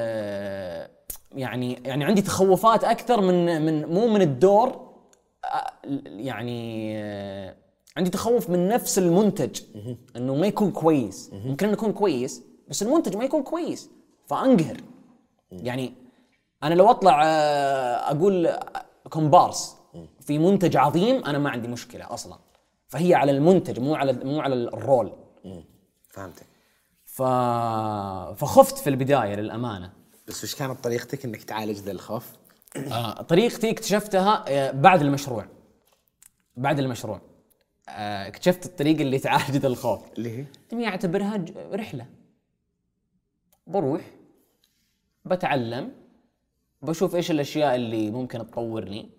يعني يعني عندي تخوفات اكثر من من مو من الدور. يعني عندي تخوف من نفس المنتج انه ما يكون كويس. ممكن انه يكون كويس بس المنتج ما يكون كويس فانقهر. يعني انا لو اطلع اقول كومبارس في منتج عظيم انا ما عندي مشكله اصلا، فهي على المنتج مو على مو على الرول. فهمتك. ف فخفت في البدايه للامانه. بس وش كانت طريقتك انك تعالج ذا الخوف؟ آه، طريقتي اكتشفتها بعد المشروع. بعد المشروع آه، اكتشفت الطريقه اللي تعالج ذا الخوف اللي هي اني اعتبرها رحله. بروح بتعلم بشوف ايش الاشياء اللي ممكن تطورني.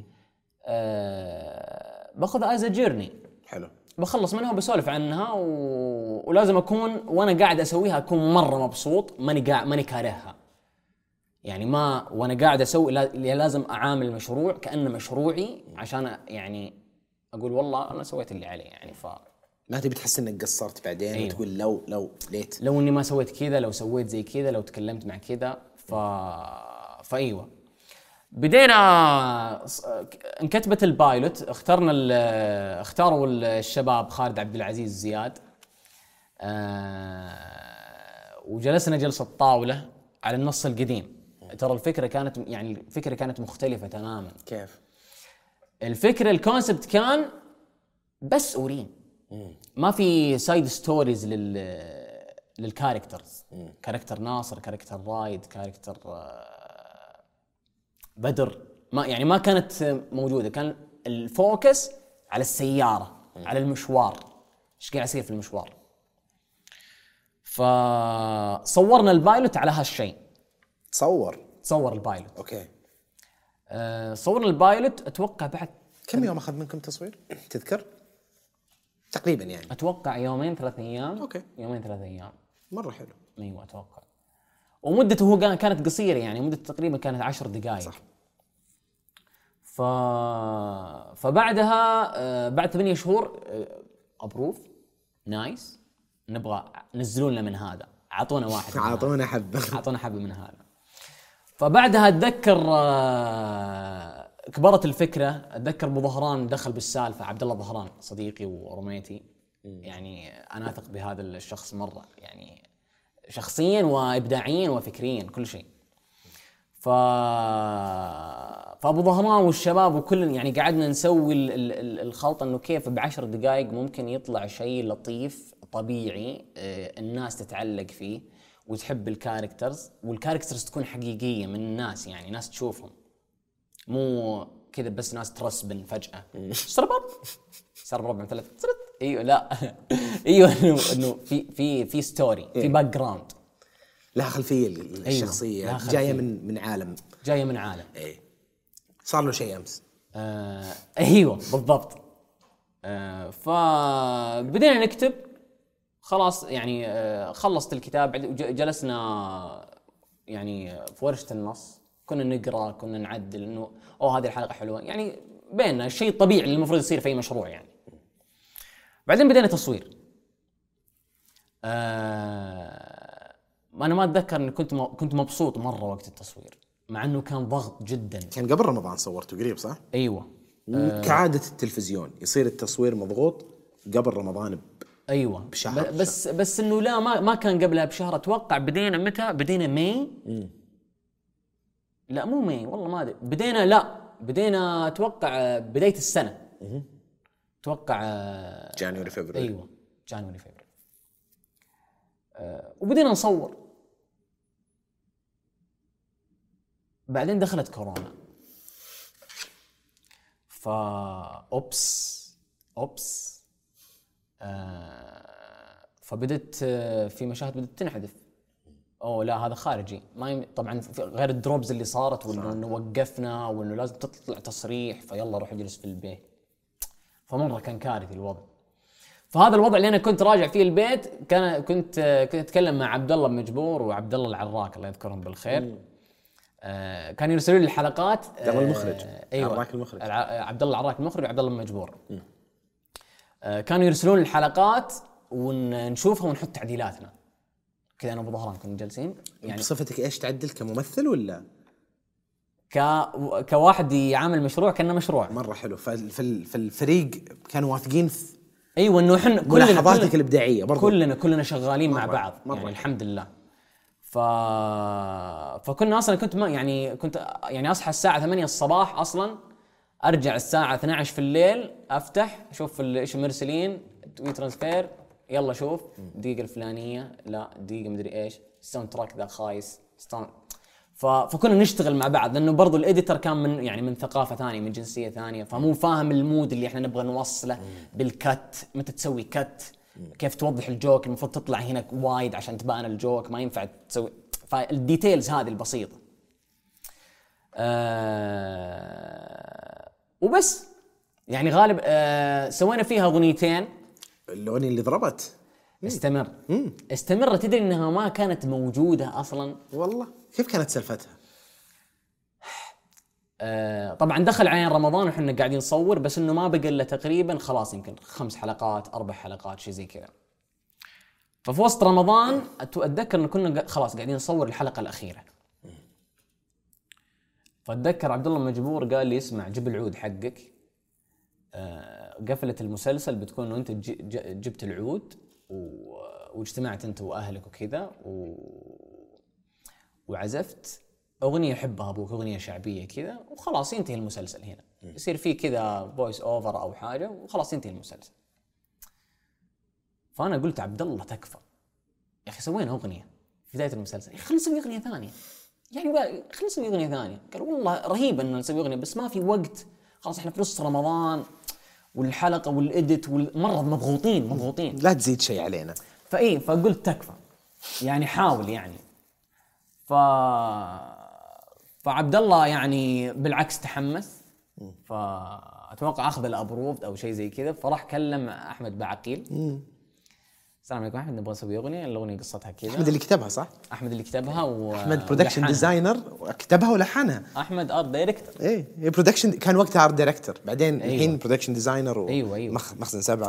أه باخذها از جيرني. حلو. بخلص منها وبسولف عنها و... ولازم اكون وانا قاعد اسويها اكون مره مبسوط، ماني قاعد ماني كارهها. يعني ما وانا قاعد اسوي لازم اعامل المشروع كانه مشروعي عشان يعني اقول والله انا سويت اللي علي. يعني ف ما تبي تحس انك قصرت بعدين. أيوه. وتقول لو لو ليت لو اني ما سويت كذا، لو سويت زي كذا، لو تكلمت مع كذا. ف فايوه بدينا انكتبت البايلوت. اخترنا اختاروا الشباب خالد عبد العزيز زياد. أه وجلسنا جلسه طاوله على النص القديم. ترى الفكره كانت يعني الفكره كانت مختلفه تماما. كيف الفكره؟ الكونسبت كان بس اورين، ما في سايد ستوريز لل للكاركترز. كاركتر ناصر، كاركتر رايد، كاركتر بدر، ما يعني ما كانت موجوده. كان الفوكس على السياره، على المشوار، ايش قاعد يصير في المشوار. فصورنا البايلوت على هالشيء. تصور تصور البايلوت. اوكي. أه صورنا البايلوت. اتوقع بعد كم يوم اخذ منكم تصوير تذكر تقريبا؟ يعني اتوقع يومين ثلاث ايام. اوكي. يومين ثلاث ايام مره حلو. ايوه اتوقع. ومدته هو كانت قصيره، يعني مدته تقريبا كانت عشر دقائق. صح. ف فبعدها آه بعد ثمانية شهور آه ابروف نايس نبغى نزلوا لنا من هذا. اعطونا واحد. اعطونا حبه. اعطونا حبه من هذا. فبعدها اتذكر آه كبرت الفكره. اتذكر ابو ظهران دخل بالسالفه، عبد الله ظهران صديقي ورميتي. يعني انا اثق بهذا الشخص مره، يعني شخصيا وابداعيا وفكريا كل شيء. ف فابو ظهران والشباب وكل يعني قعدنا نسوي الخلطه انه كيف بعشر دقائق ممكن يطلع شيء لطيف طبيعي الناس تتعلق فيه. وتحب الكاركترز، والكاركترز تكون حقيقيه من الناس، يعني ناس تشوفهم مو كذا بس ناس ترسبن فجاه سربر سربر من ثلاث سرت. ايوه لا ايوه انه انه في في في ستوري، في باك جراوند، لها خلفيه الشخصيه. أيوة. جايه من من عالم جايه من عالم ايه صار له شيء امس. آه ايوه بالضبط. آه فبدينا نكتب خلاص يعني. آه خلصت الكتاب، جلسنا يعني في ورشة النص، كنا نقرا كنا نعدل انه اوه هذه الحلقة حلوة، يعني بيننا الشيء الطبيعي اللي المفروض يصير في اي مشروع يعني. بعدين بدينا تصوير. آه انا ما اتذكر اني كنت كنت مبسوط مرة وقت التصوير، مع انه كان ضغط جدا. كان قبل رمضان صورته قريب صح؟ ايوه. آه كعادة التلفزيون يصير التصوير مضغوط قبل رمضان ب... ايوه بشهر بس بشهر. بس انه لا ما ما كان قبلها بشهر. اتوقع بدينا متى؟ بدينا ماي. مم. لا مو ماي والله ما ادري. بدينا لا بدينا اتوقع بداية السنة. مم. اتوقع جانيوري فبراير. ايوه جانيوري فبراير. أه وبدينا نصور. بعدين دخلت كورونا. فا اوبس اوبس آه فبدت في مشاهد بدت تنحذف. اوه لا هذا خارجي ما يم... طبعا غير الدروبز اللي صارت، وانه وقفنا وانه لازم تطلع تصريح، فيلا روح اجلس في البيت. فمره كان كارثي الوضع. فهذا الوضع اللي انا كنت راجع فيه البيت، كان كنت كنت اتكلم مع عبد الله مجبور وعبد الله العراك الله يذكرهم بالخير. آه كانوا يرسلوا لي الحلقات. آه المخرج. ايوه العراك المخرج. عبد الله العراك المخرج وعبد الله مجبور. آه كانوا يرسلون الحلقات ونشوفها ونحط تعديلاتنا كذا. انا وظهران كنا جالسين يعني. بصفتك ايش تعدل كممثل ولا ك كواحد يعامل مشروع كأنه مشروع؟ مره حلو. فالفريق كانوا واثقين في ايوه انه احنا كلنا ملاحظاتك الابداعيه برضو. كلنا كلنا شغالين مع بعض مرة يعني الحمد لله. ف فكنا اصلا كنت ما يعني كنت يعني اصحى الساعه ثمانية الصباح اصلا، ارجع الساعه اثنتي عشرة في الليل، افتح اشوف ايش مرسلين توي ترانسفير، يلا شوف الدقيقه الفلانيه، لا الدقيقه مدري ايش، الساوند تراك ذا خايس ستان. ف... فكنا نشتغل مع بعض، لانه برضو الاديتر كان من يعني من ثقافه ثانيه، من جنسيه ثانيه، فمو فاهم المود اللي احنا نبغى نوصله بالكت، متى تسوي كت، كيف توضح الجوك، المفروض تطلع هنا وايد عشان تبان الجوك، ما ينفع تسوي. فالديتيلز هذه البسيطه. أه... وبس يعني غالب أه... سوينا فيها اغنيتين. الاغنيه اللي ضربت استمر مم. استمر. تدري انها ما كانت موجوده اصلا والله. كيف كانت سالفتها؟ آه طبعا دخل علينا رمضان وحنا قاعدين نصور، بس انه ما بقى الا تقريبا خلاص يمكن خمس حلقات اربع حلقات شيء زي كذا. ففي وسط رمضان اتذكر ان كنا خلاص قاعدين نصور الحلقه الاخيره. فاتذكر عبد الله مجبور قال لي اسمع جيب العود حقك. آه قفلت المسلسل بتكون انه انت جبت العود واجتمعت انت واهلك وكذا و... وعزفت اغنيه يحبها ابوك، اغنيه شعبيه كذا، وخلاص ينتهي المسلسل هنا. يصير فيه كذا فويس اوفر او حاجه وخلاص ينتهي المسلسل. فانا قلت عبد الله تكفى يا اخي، سوينا اغنيه في بدايه المسلسل، يا اخي خلينا نسوي اغنيه ثانيه، يعني خلينا نسوي اغنيه ثانيه. قال والله رهيب ان نسوي اغنيه بس ما في وقت، خلاص احنا في نص رمضان والحلقه والاديت والمره مضغوطين مضغوطين لا تزيد شيء علينا. فايه فقلت تكفى يعني حاول يعني. ف فعبد الله يعني بالعكس تحمس، فاتوقع اخذ الابروفد او شيء زي كذا، فراح كلم احمد بعقيل. السلام عليكم احمد، نبغى نسوي اغنيه، الاغنيه قصتها كذا. احمد اللي كتبها صح؟ احمد اللي كتبها و احمد برودكشن ديزاينر وكتبها ولحنها. احمد ارت دايركتور. ايه هي برودكشن كان وقتها ارت دايركتور، بعدين أيوة. الحين برودكشن ديزاينر و أيوة أيوة. مخ... مخزن سبعة.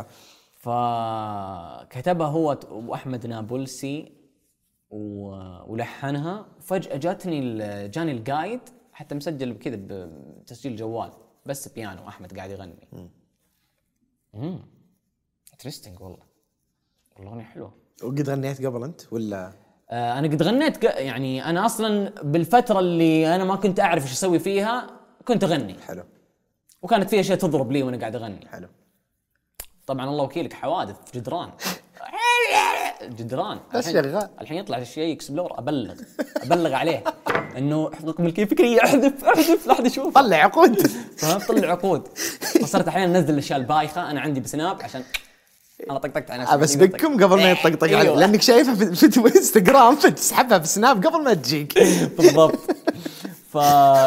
فكتبها هو واحمد نابلسي و... ولحنها. فجأة جاتني جاني القايد حتى مسجل بكذا بتسجيل جوال بس بيانو، احمد قاعد يغني. امم انترستينج والله، والله حلوه. وقد غنيت قبل انت ولا؟ آه انا قد غنيت ق... يعني انا اصلا بالفتره اللي انا ما كنت اعرف ايش اسوي فيها كنت اغني. حلو. وكانت في اشياء تضرب لي وانا قاعد اغني. حلو. طبعا الله وكيلك حوادث في جدران جدران بس الحين- شغال. الحين يطلع الشيء اكسبلور ابلغ ابلغ عليه انه حفظكم الملكيه الفكريه احذف احذف لا احد يشوف طلع عقود. فاهم طلع عقود. فصرت احيانا انزل الاشياء البايخه انا عندي بسناب عشان انا طقطقت على نفسي بس بكم قبل ما يطقطق عليه لانك شايفها في, في انستغرام فتسحبها في سناب قبل ما تجيك. بالضبط. ف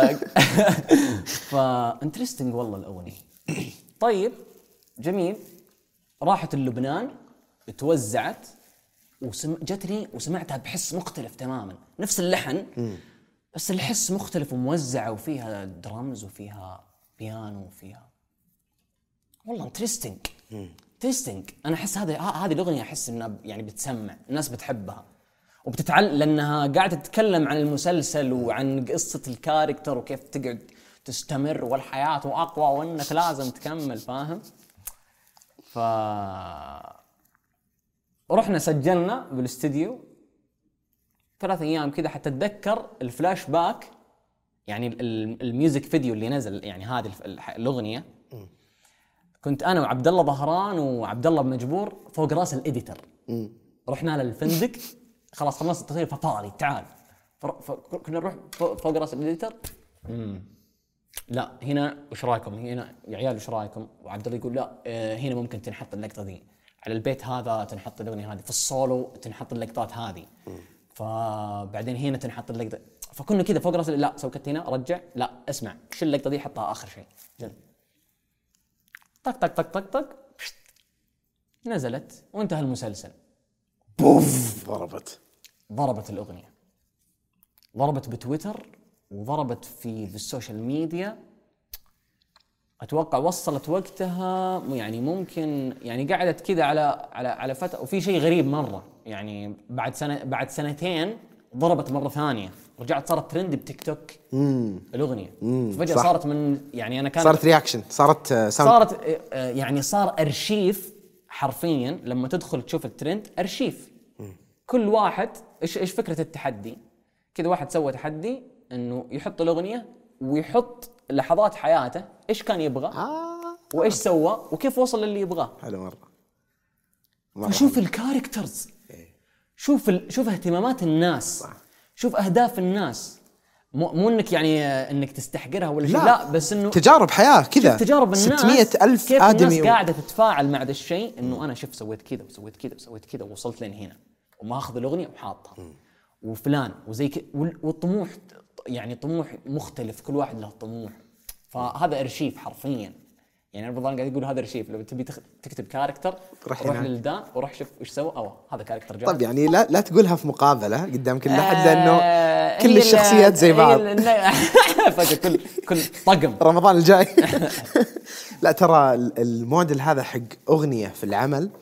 ف انترستنج والله الاغنيه. طيب جميل. راحت لبنان توزعت وسم... جتني وسمعتها بحس مختلف تماما نفس اللحن بس الحس مختلف وموزعه وفيها درامز وفيها بيانو وفيها والله انترستنج انترستنج. انا احس هذا هذه الاغنيه احس انها يعني بتسمع الناس بتحبها وبتتعلم لانها قاعده تتكلم عن المسلسل وعن قصه الكاركتر وكيف تقعد تستمر والحياه واقوى وانك لازم تكمل فاهم. ف رحنا سجلنا بالاستديو ثلاث ايام كذا حتى اتذكر الفلاش باك يعني الميوزك فيديو اللي نزل يعني هذه الاغنيه كنت انا وعبد الله ظهران وعبد الله بمجبور فوق راس الاديتر. رحنا للفندق خلاص خلصنا التصوير فطالي تعال كنا نروح فوق راس الاديتر. لا هنا وش رايكم هنا يا عيال وش رايكم وعبد الله يقول لا هنا ممكن تنحط اللقطه ذي على البيت هذا تنحط الاغنيه هذه في السولو تنحط اللقطات هذه فبعدين هنا تنحط اللقطه فكنا كذا فوق راس لا سوكت هنا رجع لا اسمع شو اللقطه دي حطها اخر شيء جل طق طق طق طق طق نزلت وانتهى المسلسل. بوف ضربت ضربت الاغنيه ضربت بتويتر وضربت في في السوشيال ميديا. اتوقع وصلت وقتها يعني ممكن يعني قعدت كذا على على على فتره. وفي شيء غريب مره يعني بعد سنه بعد سنتين ضربت مره ثانيه رجعت صارت ترند بتيك توك امم الاغنيه فجاه صارت من يعني انا كانت صارت رياكشن صارت ساوند صارت يعني صار ارشيف حرفيا لما تدخل تشوف الترند ارشيف. كل واحد ايش ايش فكره التحدي كذا واحد سوى تحدي انه يحط الاغنيه ويحط لحظات حياته ايش كان يبغى آه. وايش سوى وكيف وصل للي يبغاه. حلو مره, مرة فشوف الكاركترز إيه. شوف ال... شوف اهتمامات الناس صح. شوف اهداف الناس مو, مو انك يعني انك تستحقرها ولا شيء لا. لا بس انه تجارب حياه كذا تجارب الناس ستمية ألف كيف آدمي الناس و... قاعده تتفاعل مع ذا الشيء انه انا شوف سويت كذا وسويت كذا وسويت كذا ووصلت لين هنا وما اخذ الاغنيه وحاطها وفلان وزي كذا والطموح يعني طموح مختلف كل واحد له طموح. فهذا ارشيف حرفيا يعني انا بضل قاعد يقول هذا ارشيف لو تبي تكتب كاركتر روح للدان وروح شوف ايش سوى او هذا كاركتر جاهز. طب يعني لا لا تقولها في مقابله قدام كل احد لانه آه كل الشخصيات زي بعض فجاه كل كل طقم رمضان الجاي. لا ترى الموديل هذا حق اغنيه في العمل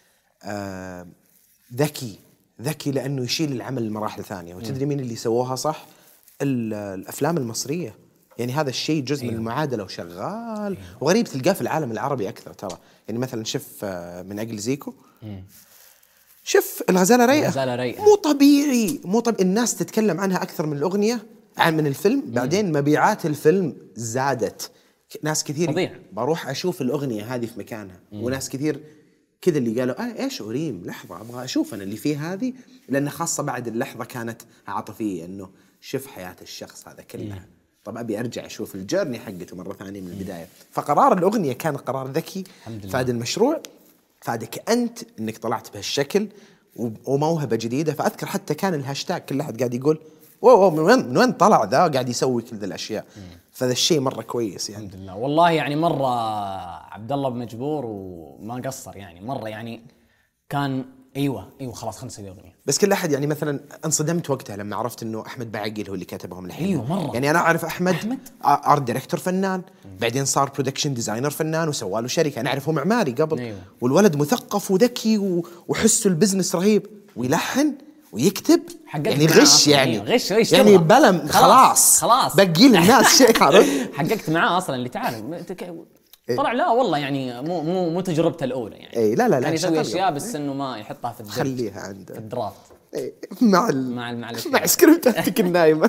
آه ذكي ذكي لانه يشيل العمل لمراحل ثانيه. وتدري مين اللي سووها صح؟ الافلام المصريه. يعني هذا الشيء جزء أيوه. من المعادله وشغال أيوه. وغريب تلقاه في العالم العربي اكثر ترى. يعني مثلا شوف من اجل زيكو مم. شوف الغزاله رايقه مو طبيعي مو طبيعي الناس تتكلم عنها اكثر من الاغنيه عن من الفيلم. مم. بعدين مبيعات الفيلم زادت ناس كثير طبيعي. بروح اشوف الاغنيه هذه في مكانها. مم. وناس كثير كذا اللي قالوا آه ايش أوريم لحظه ابغى اشوف انا اللي فيه هذه لان خاصه بعد اللحظه كانت عاطفيه انه شوف حياه الشخص هذا كلها. مم. طب أبي أرجع أشوف الجيرني حقته مرة ثانية من البداية. فقرار الأغنية كان قرار ذكي فاد المشروع فادك أنت إنك طلعت بهالشكل وموهبة جديدة. فأذكر حتى كان الهاشتاج كل أحد قاعد يقول واو من وين من وين طلع ذا قاعد يسوي كل ذا الأشياء. فهذا الشيء مرة كويس يعني الحمد لله والله يعني مرة عبد الله بمجبور وما قصر يعني مرة يعني كان ايوه ايوه خلاص خلينا نسوي اغنيه. بس كل احد يعني مثلا انصدمت وقتها لما عرفت انه احمد بعقيل هو اللي كتبهم الحين. ايوه مره يعني انا اعرف احمد, أحمد؟ ارت دايركتور فنان مم. بعدين صار برودكشن ديزاينر فنان وسوى له شركه. انا اعرفه معماري قبل. أيوه. والولد مثقف وذكي وحسه البزنس رهيب ويلحن ويكتب يعني غش يعني أيوه. غش غش يعني بلم خلاص خلاص بقي للناس شيء. حققت معاه اصلا اللي تعال طلع لا والله يعني مو مو مو تجربته الاولى يعني. اي لا لا لا يعني يسوي اشياء بس انه ما يحطها في الدرج خليها عنده في الدرافت اي مع ال... مع ال... مع, مع سكريبتاتك النايمه.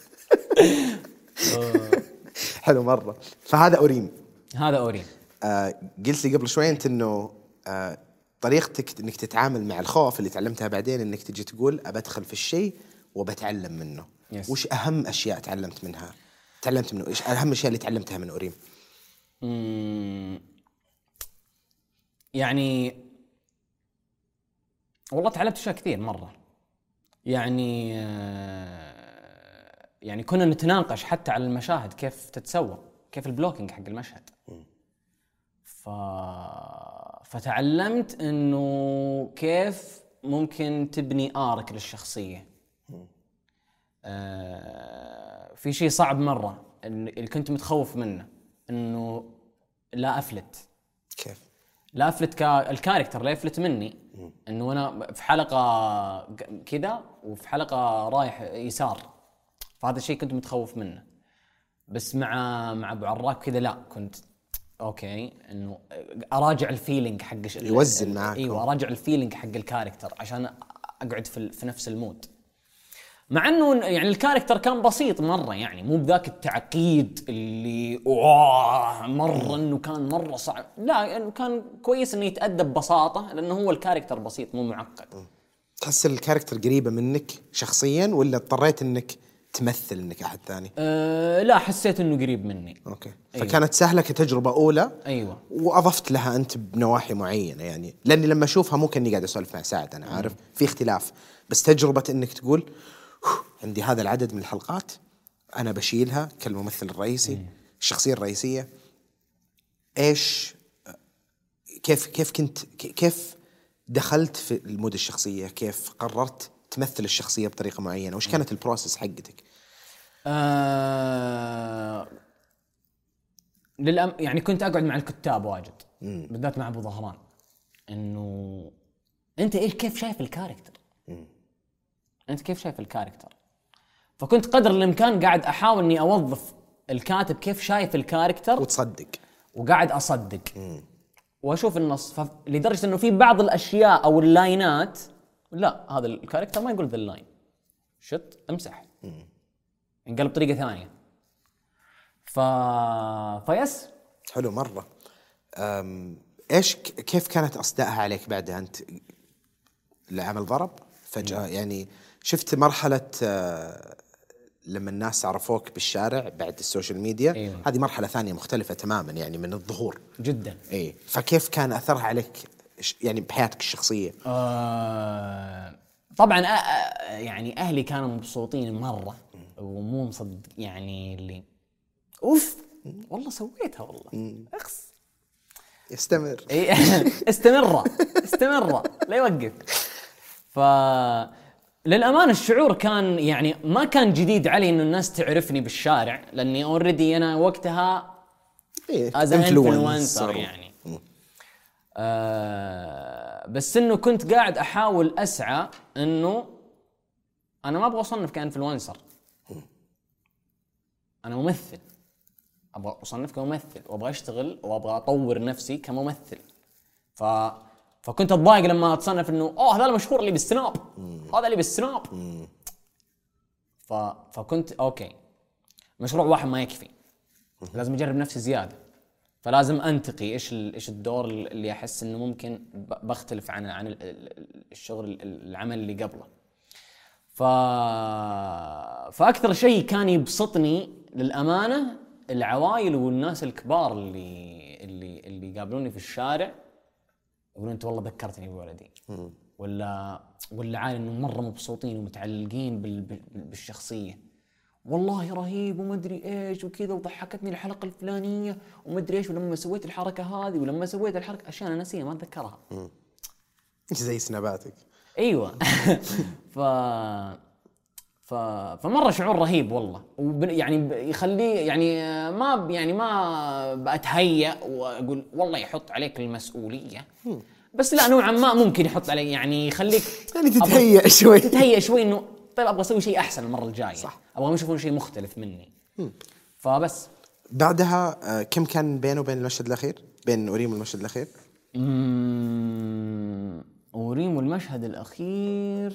حلو مره. فهذا اوريم هذا اوريم. آه قلت لي قبل شوي انت انه آه طريقتك انك تتعامل مع الخوف اللي تعلمتها بعدين انك تجي تقول ابدخل في الشيء وبتعلم منه. Yes. وش اهم اشياء تعلمت منها؟ تعلمت منه ايش اهم الاشياء اللي تعلمتها من أوريم؟ مم. يعني والله تعلمت اشياء كثير مره. يعني آه، يعني كنا نتناقش حتى على المشاهد كيف تتسوى، كيف البلوكينج حق المشهد. ف فتعلمت انه كيف ممكن تبني آرك للشخصيه. آه، في شيء صعب مره اللي كنت متخوف منه انه لا افلت. كيف؟ لا افلت كالكاركتر لا يفلت مني. انه انا في حلقه كذا وفي حلقه رايح يسار، فهذا الشيء كنت متخوف منه. بس مع مع ابو عراك كذا لا، كنت اوكي انه اراجع الفيلينج حق يوزن معاك. ايوه اراجع الفيلينج حق الكاركتر عشان اقعد في في نفس المود. مع انه يعني الكاركتر كان بسيط مره، يعني مو بذاك التعقيد اللي اوه مره انه كان مره صعب، لا انه كان كويس انه يتأدى ببساطه لانه هو الكاركتر بسيط مو معقد. تحس الكاركتر قريبه منك شخصيا ولا اضطريت انك تمثل انك احد ثاني؟ أه لا حسيت انه قريب مني. اوكي. أيوة. فكانت سهله كتجربه اولى. ايوه. واضفت لها انت بنواحي معينه، يعني لاني لما اشوفها مو كاني قاعد اسولف مع سعد، انا عارف في اختلاف، بس تجربه انك تقول عندي هذا العدد من الحلقات انا بشيلها كالممثل الرئيسي. مم. الشخصيه الرئيسيه ايش كيف كيف كنت كيف دخلت في المود الشخصيه؟ كيف قررت تمثل الشخصيه بطريقه معينه؟ وش كانت البروسس حقتك؟ آه للأم يعني كنت اقعد مع الكتاب واجد، بالذات مع ابو ظهران، انه انت ايش كيف شايف الكاركتر؟ مم. انت كيف شايف الكاركتر؟ فكنت قدر الامكان قاعد احاول اني اوظف الكاتب كيف شايف الكاركتر وتصدق، وقاعد اصدق. مم. واشوف النص، لدرجه انه في بعض الاشياء او اللاينات لا هذا الكاركتر ما يقول ذا اللاين، شت امسح، انقلب بطريقه ثانيه. ف فيس حلو مره. أم... ايش كيف كانت اصداءها عليك بعدها؟ انت العمل ضرب فجاه. مم. يعني شفت مرحله آه لما الناس عرفوك بالشارع بعد السوشيال ميديا. أيوة. هذه مرحله ثانيه مختلفه تماما يعني من الظهور جدا. اي فكيف كان اثرها عليك يعني بحياتك الشخصيه؟ آه طبعا آه يعني اهلي كانوا مبسوطين مره ومو مصدق، يعني اللي اوف والله سويتها والله اخس استمر استمر استمر لا يوقف. ف للأمانة الشعور كان يعني ما كان جديد علي إنه الناس تعرفني بالشارع، لأني أوريدي أنا وقتها از انفلونسر يعني. آه بس إنه كنت قاعد أحاول أسعى إنه أنا ما أبغى أصنف كإنفلونسر، أنا ممثل، أبغى أصنف كممثل وأبغى أشتغل وأبغى أطور نفسي كممثل. ف فكنت أتضايق لما أتصنف إنه أوه هذا المشهور اللي بالسناب، هذا اللي بالسناب. ف... فكنت أوكي مشروع واحد ما يكفي، لازم أجرب نفسي زيادة، فلازم أنتقي إيش ال... إيش الدور اللي أحس إنه ممكن بختلف عن عن الشغل العمل اللي قبله. ف... فأكثر شيء كان يبسطني للأمانة العوائل والناس الكبار اللي اللي اللي قابلوني في الشارع يقولون انت والله ذكرتني بولدي، ولا ولا عالي انه مره مبسوطين ومتعلقين بال... بالشخصيه، والله رهيب وما ادري ايش وكذا وضحكتني الحلقه الفلانيه وما ادري ايش، ولما سويت الحركه هذه ولما سويت الحركه اشياء انا ناسيه ما اتذكرها. زي سناباتك. ايوه. ف ف فمره شعور رهيب والله، يعني يخليه يعني ما يعني ما بتهيأ واقول والله يحط عليك المسؤوليه، بس لا نوعا ما ممكن يحط عليك، يعني يخليك يعني تتهيأ شوي تتهيأ شوي انه طيب ابغى اسوي شيء احسن المره الجايه، صح. ابغى اشوفون شيء مختلف مني. فبس بعدها كم كان بينه وبين المشهد الاخير، بين أوريم والمشهد الاخير؟ اممم أوريم والمشهد الاخير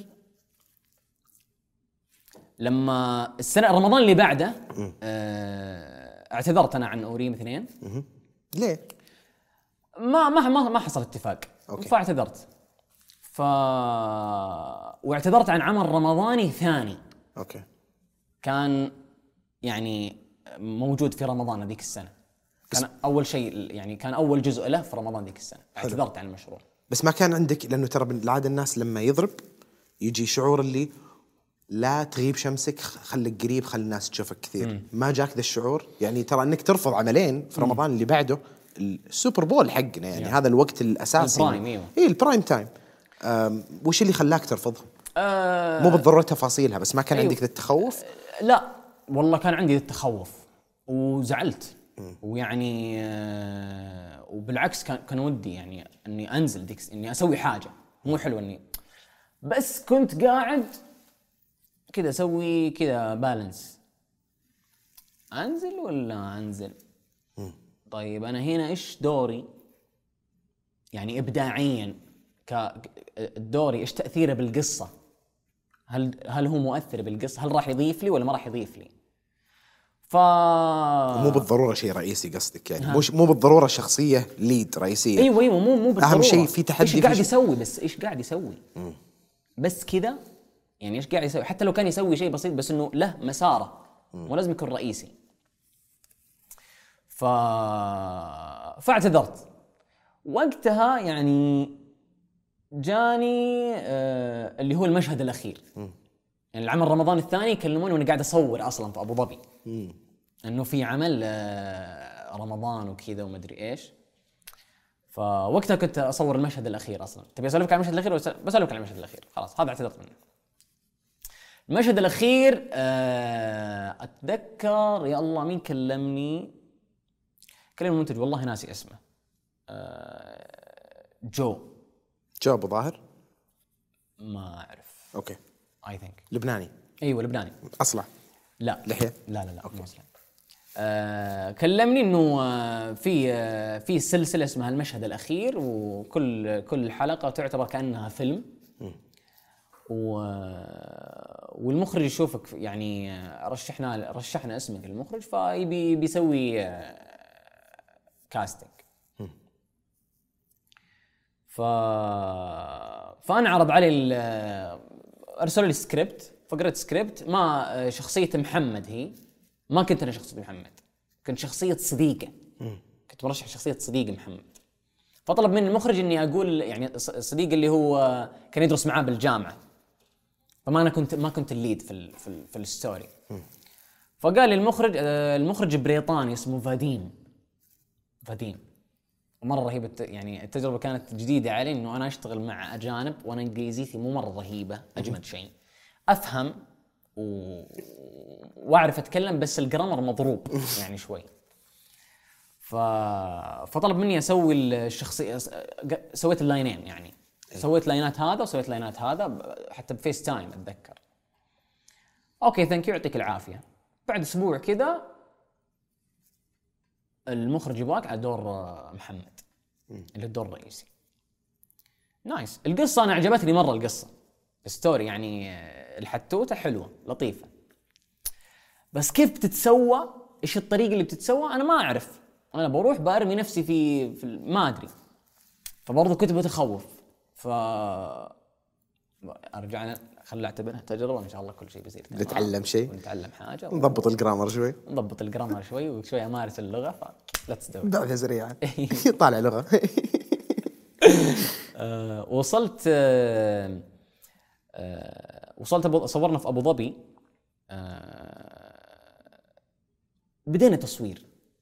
لما السنة رمضان اللي بعده آه اعتذرت أنا عن أوريم اثنين. ليه؟ ما ما ما, ما حصل اتفاق. أوكي. فاعتذرت. ف واعتذرت عن عمل رمضاني ثاني. اوكي. كان يعني موجود في رمضان هذيك السنه. كان اول شيء يعني كان اول جزء له في رمضان ذيك السنه. اعتذرت عن المشروع. بس ما كان عندك، لانه ترى بالعاده الناس لما يضرب يجي شعور اللي لا تغيب شمسك، خليك قريب، خلي الناس تشوفك كثير. مم. ما جاك ذا الشعور؟ يعني ترى انك ترفض عملين في رمضان اللي بعده السوبر بول حقنا، يعني هذا الوقت الاساسي، البرايم. ايوه ايه البرايم تايم. وش اللي خلاك ترفضهم؟ أه مو بالضروره تفاصيلها، بس ما كان أيوه. عندك ذا التخوف؟ أه لا والله كان عندي التخوف وزعلت. مم. ويعني أه وبالعكس كان كان ودي يعني اني انزل ديكس، اني اسوي حاجه مو حلوه اني، بس كنت قاعد كذا اسوي كذا بالانس، انزل ولا انزل؟ مم. طيب انا هنا ايش دوري يعني ابداعيا؟ كدوري ايش تاثيره بالقصه؟ هل هل هو مؤثر بالقصه؟ هل راح يضيف لي ولا ما راح يضيف لي؟ ف مو بالضروره شيء رئيسي قصدك يعني، مش مو بالضروره شخصيه ليد رئيسيه. ايوه ايوه مو مو بالضروره. اهم شيء في تحدي، ايش قاعد يسوي، بس ايش قاعد يسوي؟ مم. بس كذا يعني ايش قاعد يسوي؟ حتى لو كان يسوي شيء بسيط بس انه له مساره، مو لازم يكون رئيسي. ف فاعتذرت وقتها. يعني جاني آه اللي هو المشهد الاخير. م. يعني العمل رمضان الثاني كلموني وانا قاعد اصور اصلا في ابو ظبي، انه في عمل آه رمضان وكذا وما ادري ايش. فوقتها كنت اصور المشهد الاخير اصلا. تبي اسولفك عن المشهد الاخير؟ بسولفك عن المشهد الاخير. خلاص هذا اعتذرت منه. المشهد الاخير آه اتذكر يا الله مين كلمني، كلم المنتج والله ناسي اسمه. آه جو جو ابو ظاهر، ما اعرف. اوكي اي ثينك لبناني. ايوه لبناني. اصلا لا لحيه؟ لا لا لا أوكي. اصلا آه كلمني انه آه في آه في سلسله اسمها المشهد الاخير، وكل كل حلقه تعتبر كانها فيلم. م. و والمخرج يشوفك يعني رشحنا رشحنا اسمك المخرج، فيبي بيسوي آه كاستنج. ف فانا عرض علي ارسل لي سكريبت، فقرأت سكريبت. ما شخصيه محمد هي ما كنت انا شخصيه محمد، كنت شخصيه صديقه. كنت مرشح شخصيه صديق محمد. فطلب مني المخرج اني اقول يعني الصديق اللي هو كان يدرس معاه بالجامعه، فما انا كنت ما كنت الليد في ال في, ال في الستوري. فقال لي المخرج المخرج بريطاني اسمه فاديم. فاديم مرة رهيبة. يعني التجربة كانت جديدة علي إنه أنا أشتغل مع أجانب وأنا إنجليزيتي مو مرة رهيبة. أجمد شيء أفهم و... وأعرف أتكلم، بس الجرامر مضروب يعني شوي. ف... فطلب مني أسوي الشخصية. سويت اللاينين يعني، سويت لاينات هذا وسويت لاينات هذا حتى بفيس تايم أتذكر. أوكي ثانك يو يعطيك العافية. بعد أسبوع كذا المخرج يبغاك على دور محمد اللي الدور الرئيسي. نايس. القصة أنا عجبتني مرة، القصة الستوري يعني الحتوتة حلوة لطيفة، بس كيف بتتسوى، إيش الطريقة اللي بتتسوى أنا ما أعرف. أنا بروح بارمي نفسي في, في ما أدري. فبرضو كنت بتخوف. ف أرجعنا خلنا نعتبرها تجربة إن شاء الله كل شيء بيصير. نتعلم شيء، ونتعلم حاجة، نضبط الجرامر شوي، نضبط الجرامر شوي وشوي أمارس اللغة. ف let's do it. بعدها سريعة طالع لغة. أه وصلت أه أه وصلت أبو... صورنا في أبو ظبي. أه بدينا تصوير.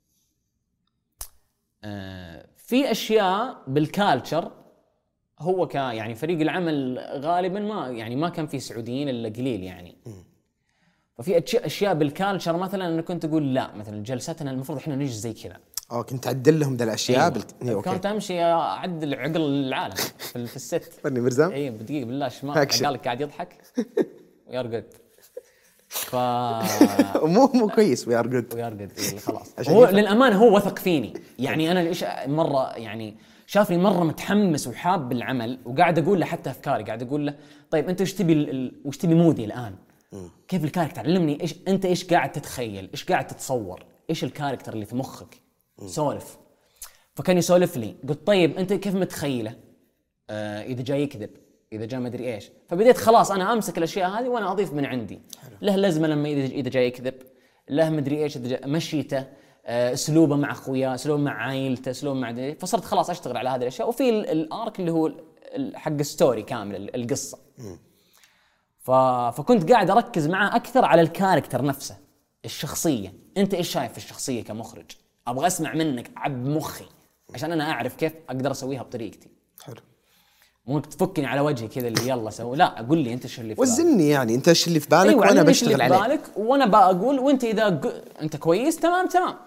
أه في أشياء بالكالتشر، هو ك يعني فريق العمل غالبا ما يعني ما كان في سعوديين إلا قليل يعني. ففي أشياء بالكالتشر مثلا أنا كنت أقول لا، مثلا جلستنا المفروض إحنا نجي زي كذا. اه كنت تعدل لهم ذا الاشياء. أيوة. بالت... أيوة. كنت امشي اعدل عقل العالم في, في الست. فني مرزام. اي بدقيقه بالله شمال قال قاعد يضحك وي ار جود. ف مو مو كويس وي ار جود وي ار جود خلاص. هو للامانه هو وثق فيني يعني. انا ليش مره يعني شافني مره متحمس وحاب بالعمل، وقاعد اقول له حتى افكاري، قاعد اقول له طيب انت ايش تبي ال... وش تبي مودي الان؟ م. كيف الكاركتر؟ علمني ايش انت ايش قاعد تتخيل، ايش قاعد تتصور، ايش الكاركتر اللي في مخك؟ سولف. فكان يسولف لي، قلت طيب انت كيف متخيله آه اذا جاي يكذب، اذا جاء ما ادري ايش. فبديت خلاص انا امسك الاشياء هذه وانا اضيف من عندي. حلو. له لازمه لما اذا اذا جاي يكذب، له ما ادري ايش، مشيته، اسلوبه مع اخويا، اسلوبه مع عائلته، اسلوبه مع دي. فصرت خلاص اشتغل على هذه الاشياء. وفي الارك اللي هو حق الستوري كامل القصه. ف... فكنت قاعد اركز معاه اكثر على الكاركتر نفسه، الشخصيه. انت ايش شايف في الشخصيه كمخرج؟ ابغى اسمع منك عب مخي عشان انا اعرف كيف اقدر اسويها بطريقتي. حلو. مو تفكني على وجهي كذا اللي يلا سوي، لا قول لي انت ايش اللي في بالك، وزني يعني انت ايش اللي في بالك. أيوة وانا بشتغل عليه بالك وانا بقول، وانت اذا ق... انت كويس تمام تمام.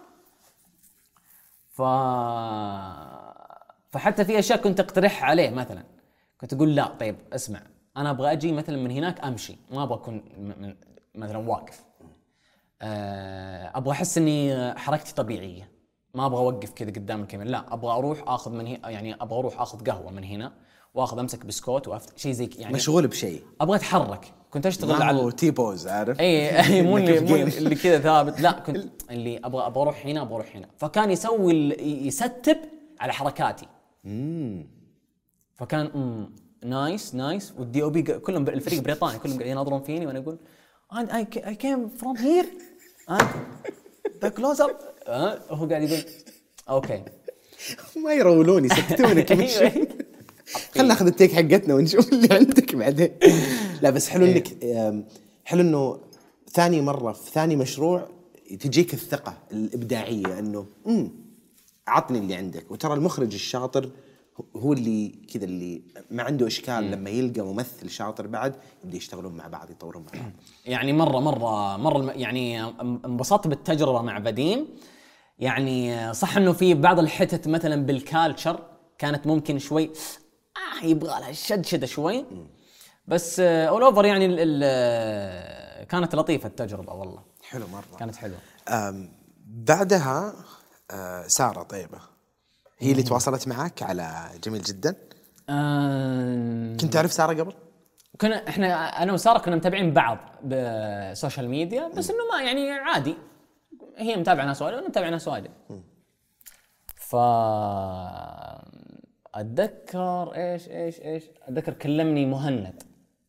ف فحتى في اشياء كنت اقترحها عليه، مثلا كنت اقول لا طيب اسمع انا ابغى اجي مثلا من هناك امشي، ما ابغى اكون م... مثلا واقف، ابغى احس اني حركتي طبيعيه، ما ابغى اوقف كذا قدام الكاميرا، لا ابغى اروح اخذ من هنا، يعني ابغى اروح اخذ قهوه من هنا واخذ امسك بسكوت وافت شيء زي يعني مشغول بشيء، ابغى اتحرك. كنت اشتغل على تي بوز، عارف؟ اي اي مو اللي, مو اللي كذا ثابت، لا كنت اللي ابغى ابغى اروح هنا ابغى اروح هنا. فكان يسوي يستب على حركاتي. امم فكان امم نايس نايس. والدي او بي كلهم الفريق بريطاني كلهم قاعدين ينظرون فيني وانا اقول and I I came from here and the close up. ها هو قاعد يقول اوكي ما يرولون يسكتونك يمشي. خلنا ناخذ التيك حقتنا ونشوف اللي عندك بعدين. لا بس حلو انك حلو انه ثاني مره في ثاني مشروع تجيك الثقه الابداعيه انه امم عطني اللي عندك. وترى المخرج الشاطر هو اللي كذا اللي ما عنده اشكال مم. لما يلقى ممثل شاطر بعد يبدا يشتغلون مع بعض يطورون مع بعض. يعني مره مره مره يعني انبسطت بالتجربه مع بديم. يعني صح انه في بعض الحتت مثلا بالكالتشر كانت ممكن شوي آه يبغى لها شدشده شوي، بس اول اوفر يعني ال ال كانت لطيفه التجربه والله. حلو مره كانت حلوه. بعدها ساره طيبه هي اللي تواصلت معك على جميل جدا. أم... كنت تعرف ساره قبل؟ كنا احنا انا وساره كنا متابعين بعض بالسوشيال ميديا، بس انه ما يعني عادي، هي متابعه ناس وايد وانا متابع ناس وايد. ف اتذكر ايش ايش ايش اتذكر كلمني مهند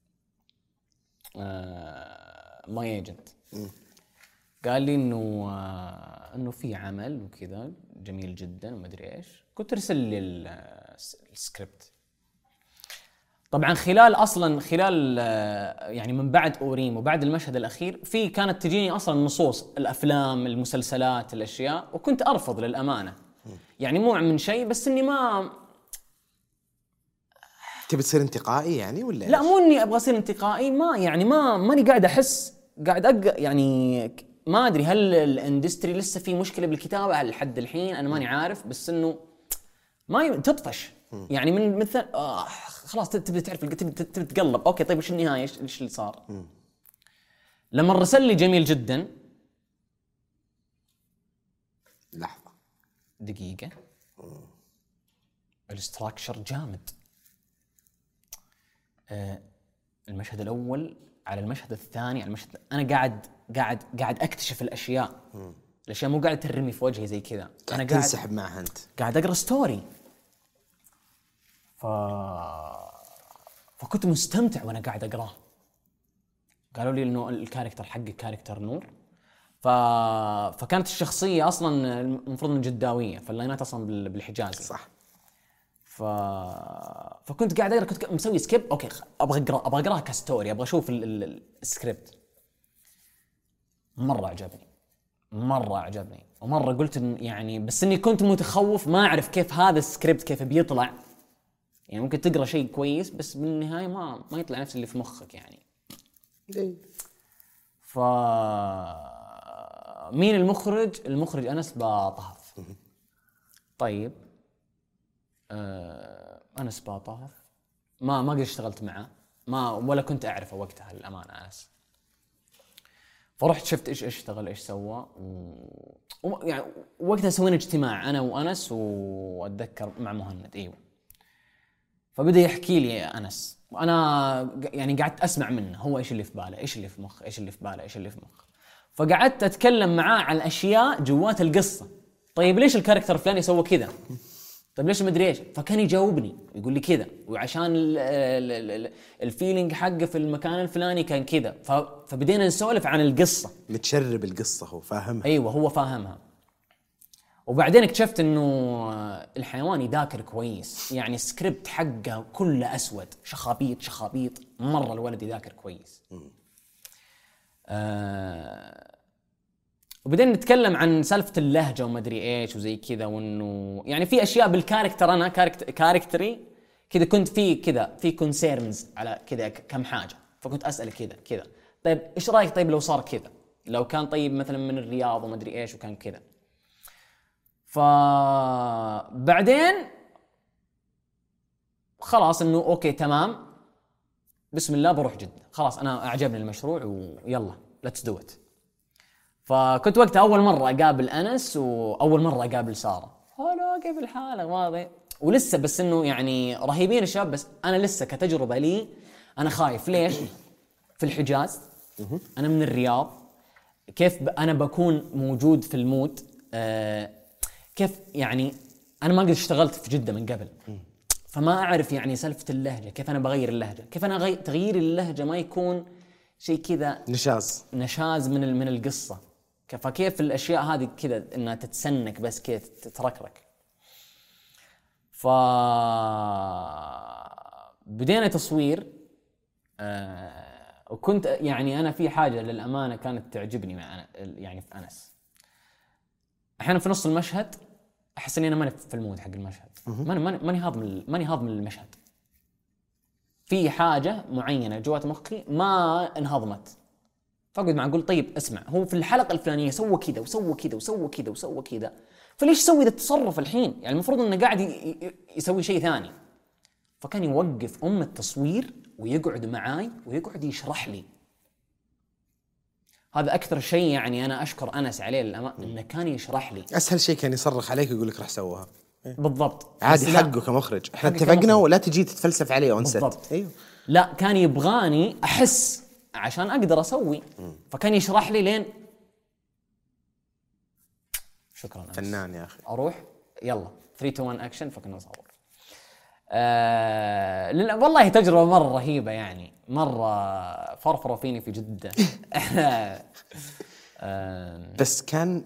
آه... ماي ايجنت، قال لي انه آه... انه في عمل وكذا جميل جدا وما ادري ايش. كنت ارسل لي السكريبت. طبعا خلال اصلا خلال يعني من بعد اوريم وبعد المشهد الاخير في كانت تجيني اصلا نصوص الافلام المسلسلات الاشياء، وكنت ارفض للامانه. يعني مو من شيء، بس اني ما تبي تصير انتقائي يعني ولا لا مو اني ابغى اصير انتقائي، ما يعني ما ماني قاعد احس قاعد أق... يعني ما ادري هل الاندستري لسه في مشكله بالكتابه لحد الحين، انا ماني عارف، بس انه ما ي... تطفش يعني من مثل آه خلاص تبي تعرف تبي تتقلب. اوكي طيب وش النهايه، ايش اللي صار؟ م. لما رسل لي جميل جدا لحظه دقيقه الاستراكشر جامد. آه المشهد الاول على المشهد الثاني على المشهد، انا قاعد قاعد قاعد اكتشف الاشياء. م. الاشياء مو قاعده ترمي في وجهي زي كذا، انا قاعد تنسحب معها انت، قاعد اقرا ستوري. ف فكنت مستمتع وانا قاعد اقراه. قالوا لي انه الكاركتر حقك كاركتر نور. ف... فكانت الشخصيه اصلا المفروض ان جداويه، فاللاينات اصلا بالحجازي صح. ف... فكنت قاعد اقرا، كنت مسوي سكيب. اوكي ابغى اقرا ابغى اقراها كستوري، ابغى اشوف ال... ال... السكريبت. مره عجبني مره عجبني ومره قلت إن يعني، بس اني كنت متخوف ما اعرف كيف هذا السكريبت كيف بيطلع. يعني ممكن تقرا شيء كويس بس بالنهايه ما ما يطلع نفس اللي في مخك يعني. ف مين المخرج؟ المخرج أنس باطهف. طيب آه أنس باطهف ما ما قد اشتغلت معه، ما ولا كنت أعرفه وقتها الأمانة أنس. فرحت شفت إيش إيش اشتغل إيش سوى و... و... يعني وقتها سوينا اجتماع أنا وأنس وأتذكر مع مهند. أيوه. فبدأ يحكي لي أنس وأنا يعني قعدت أسمع منه هو إيش اللي في باله، إيش اللي في مخ، إيش اللي في باله، إيش اللي في مخ. فقعدت أتكلم معاه عن أشياء جوات القصة. طيب ليش الكاركتر الفلاني سوى كذا؟ طيب ليش مدري ايش؟ فكان يجاوبني يقول لي كذا، وعشان الفيلينج حقه في المكان الفلاني كان كذا. فبدينا نسولف عن القصه، متشرب القصه، هو فاهمها. ايوه هو فاهمها. وبعدين اكتشفت انه الحيوان يذاكر كويس، يعني السكريبت حقه كله اسود، شخابيط شخابيط مره، الولد يذاكر كويس. آه وبدين نتكلم عن سالفه اللهجه وما ادري ايش وزي كذا، وانه يعني في اشياء بالكاركتر، انا كاركتر كاركتري كذا كنت في كذا في كونسيرنز على كذا كم حاجه، فكنت اسال كذا كذا طيب ايش رايك، طيب لو صار كذا، لو كان طيب مثلا من الرياض وما ادري ايش وكان كذا. فبعدين خلاص انه اوكي تمام بسم الله بروح جدة، خلاص انا اعجبني المشروع ويلا ليتس دو ات. فكنت وقتها اول مره اقابل انس واول مره اقابل ساره، هلا كيف الحال ماضي، ولسه بس انه يعني رهيبين الشباب، بس انا لسه كتجربه لي انا خايف. ليش؟ في الحجاز، انا من الرياض، كيف انا بكون موجود في المود، آه كيف يعني انا ما قد اشتغلت في جده من قبل، فما اعرف يعني سالفه اللهجه، كيف انا بغير اللهجه، كيف انا غي... تغيير اللهجه ما يكون شيء كذا نشاز نشاز من من القصه، فكيف الاشياء هذه كذا انها تتسنك بس كذا تتركرك. ف بدينا تصوير، آه وكنت يعني انا في حاجه للامانه كانت تعجبني مع أنا يعني في انس، احيانا في نص المشهد احس اني انا ماني في المود حق المشهد، ماني ماني ماني هاضم ماني هاضم المشهد، في حاجه معينه جوات مخي ما انهضمت، فاقعد معه اقول طيب اسمع، هو في الحلقه الفلانيه سوى كذا وسوى كذا وسوى كذا وسوى كذا، فليش سوي ذا التصرف الحين؟ يعني المفروض انه قاعد يسوي شيء ثاني. فكان يوقف ام التصوير ويقعد معاي ويقعد يشرح لي. هذا اكثر شيء يعني انا اشكر انس عليه للامانه، انه كان يشرح لي. اسهل شيء كان يصرخ عليك ويقول لك راح سووها. بالضبط، عادي حقه كمخرج، احنا اتفقنا ولا تجي تتفلسف عليه اون سيت. ايوه لا كان يبغاني احس عشان اقدر اسوي، فكان يشرح لي لين شكرا أنس. فنان يا اخي. اروح يلا ثلاثة اثنين واحد اكشن، فكنا نصور. آه والله تجربه مره رهيبه، يعني مره فرفروا فيني في جده. آه بس كان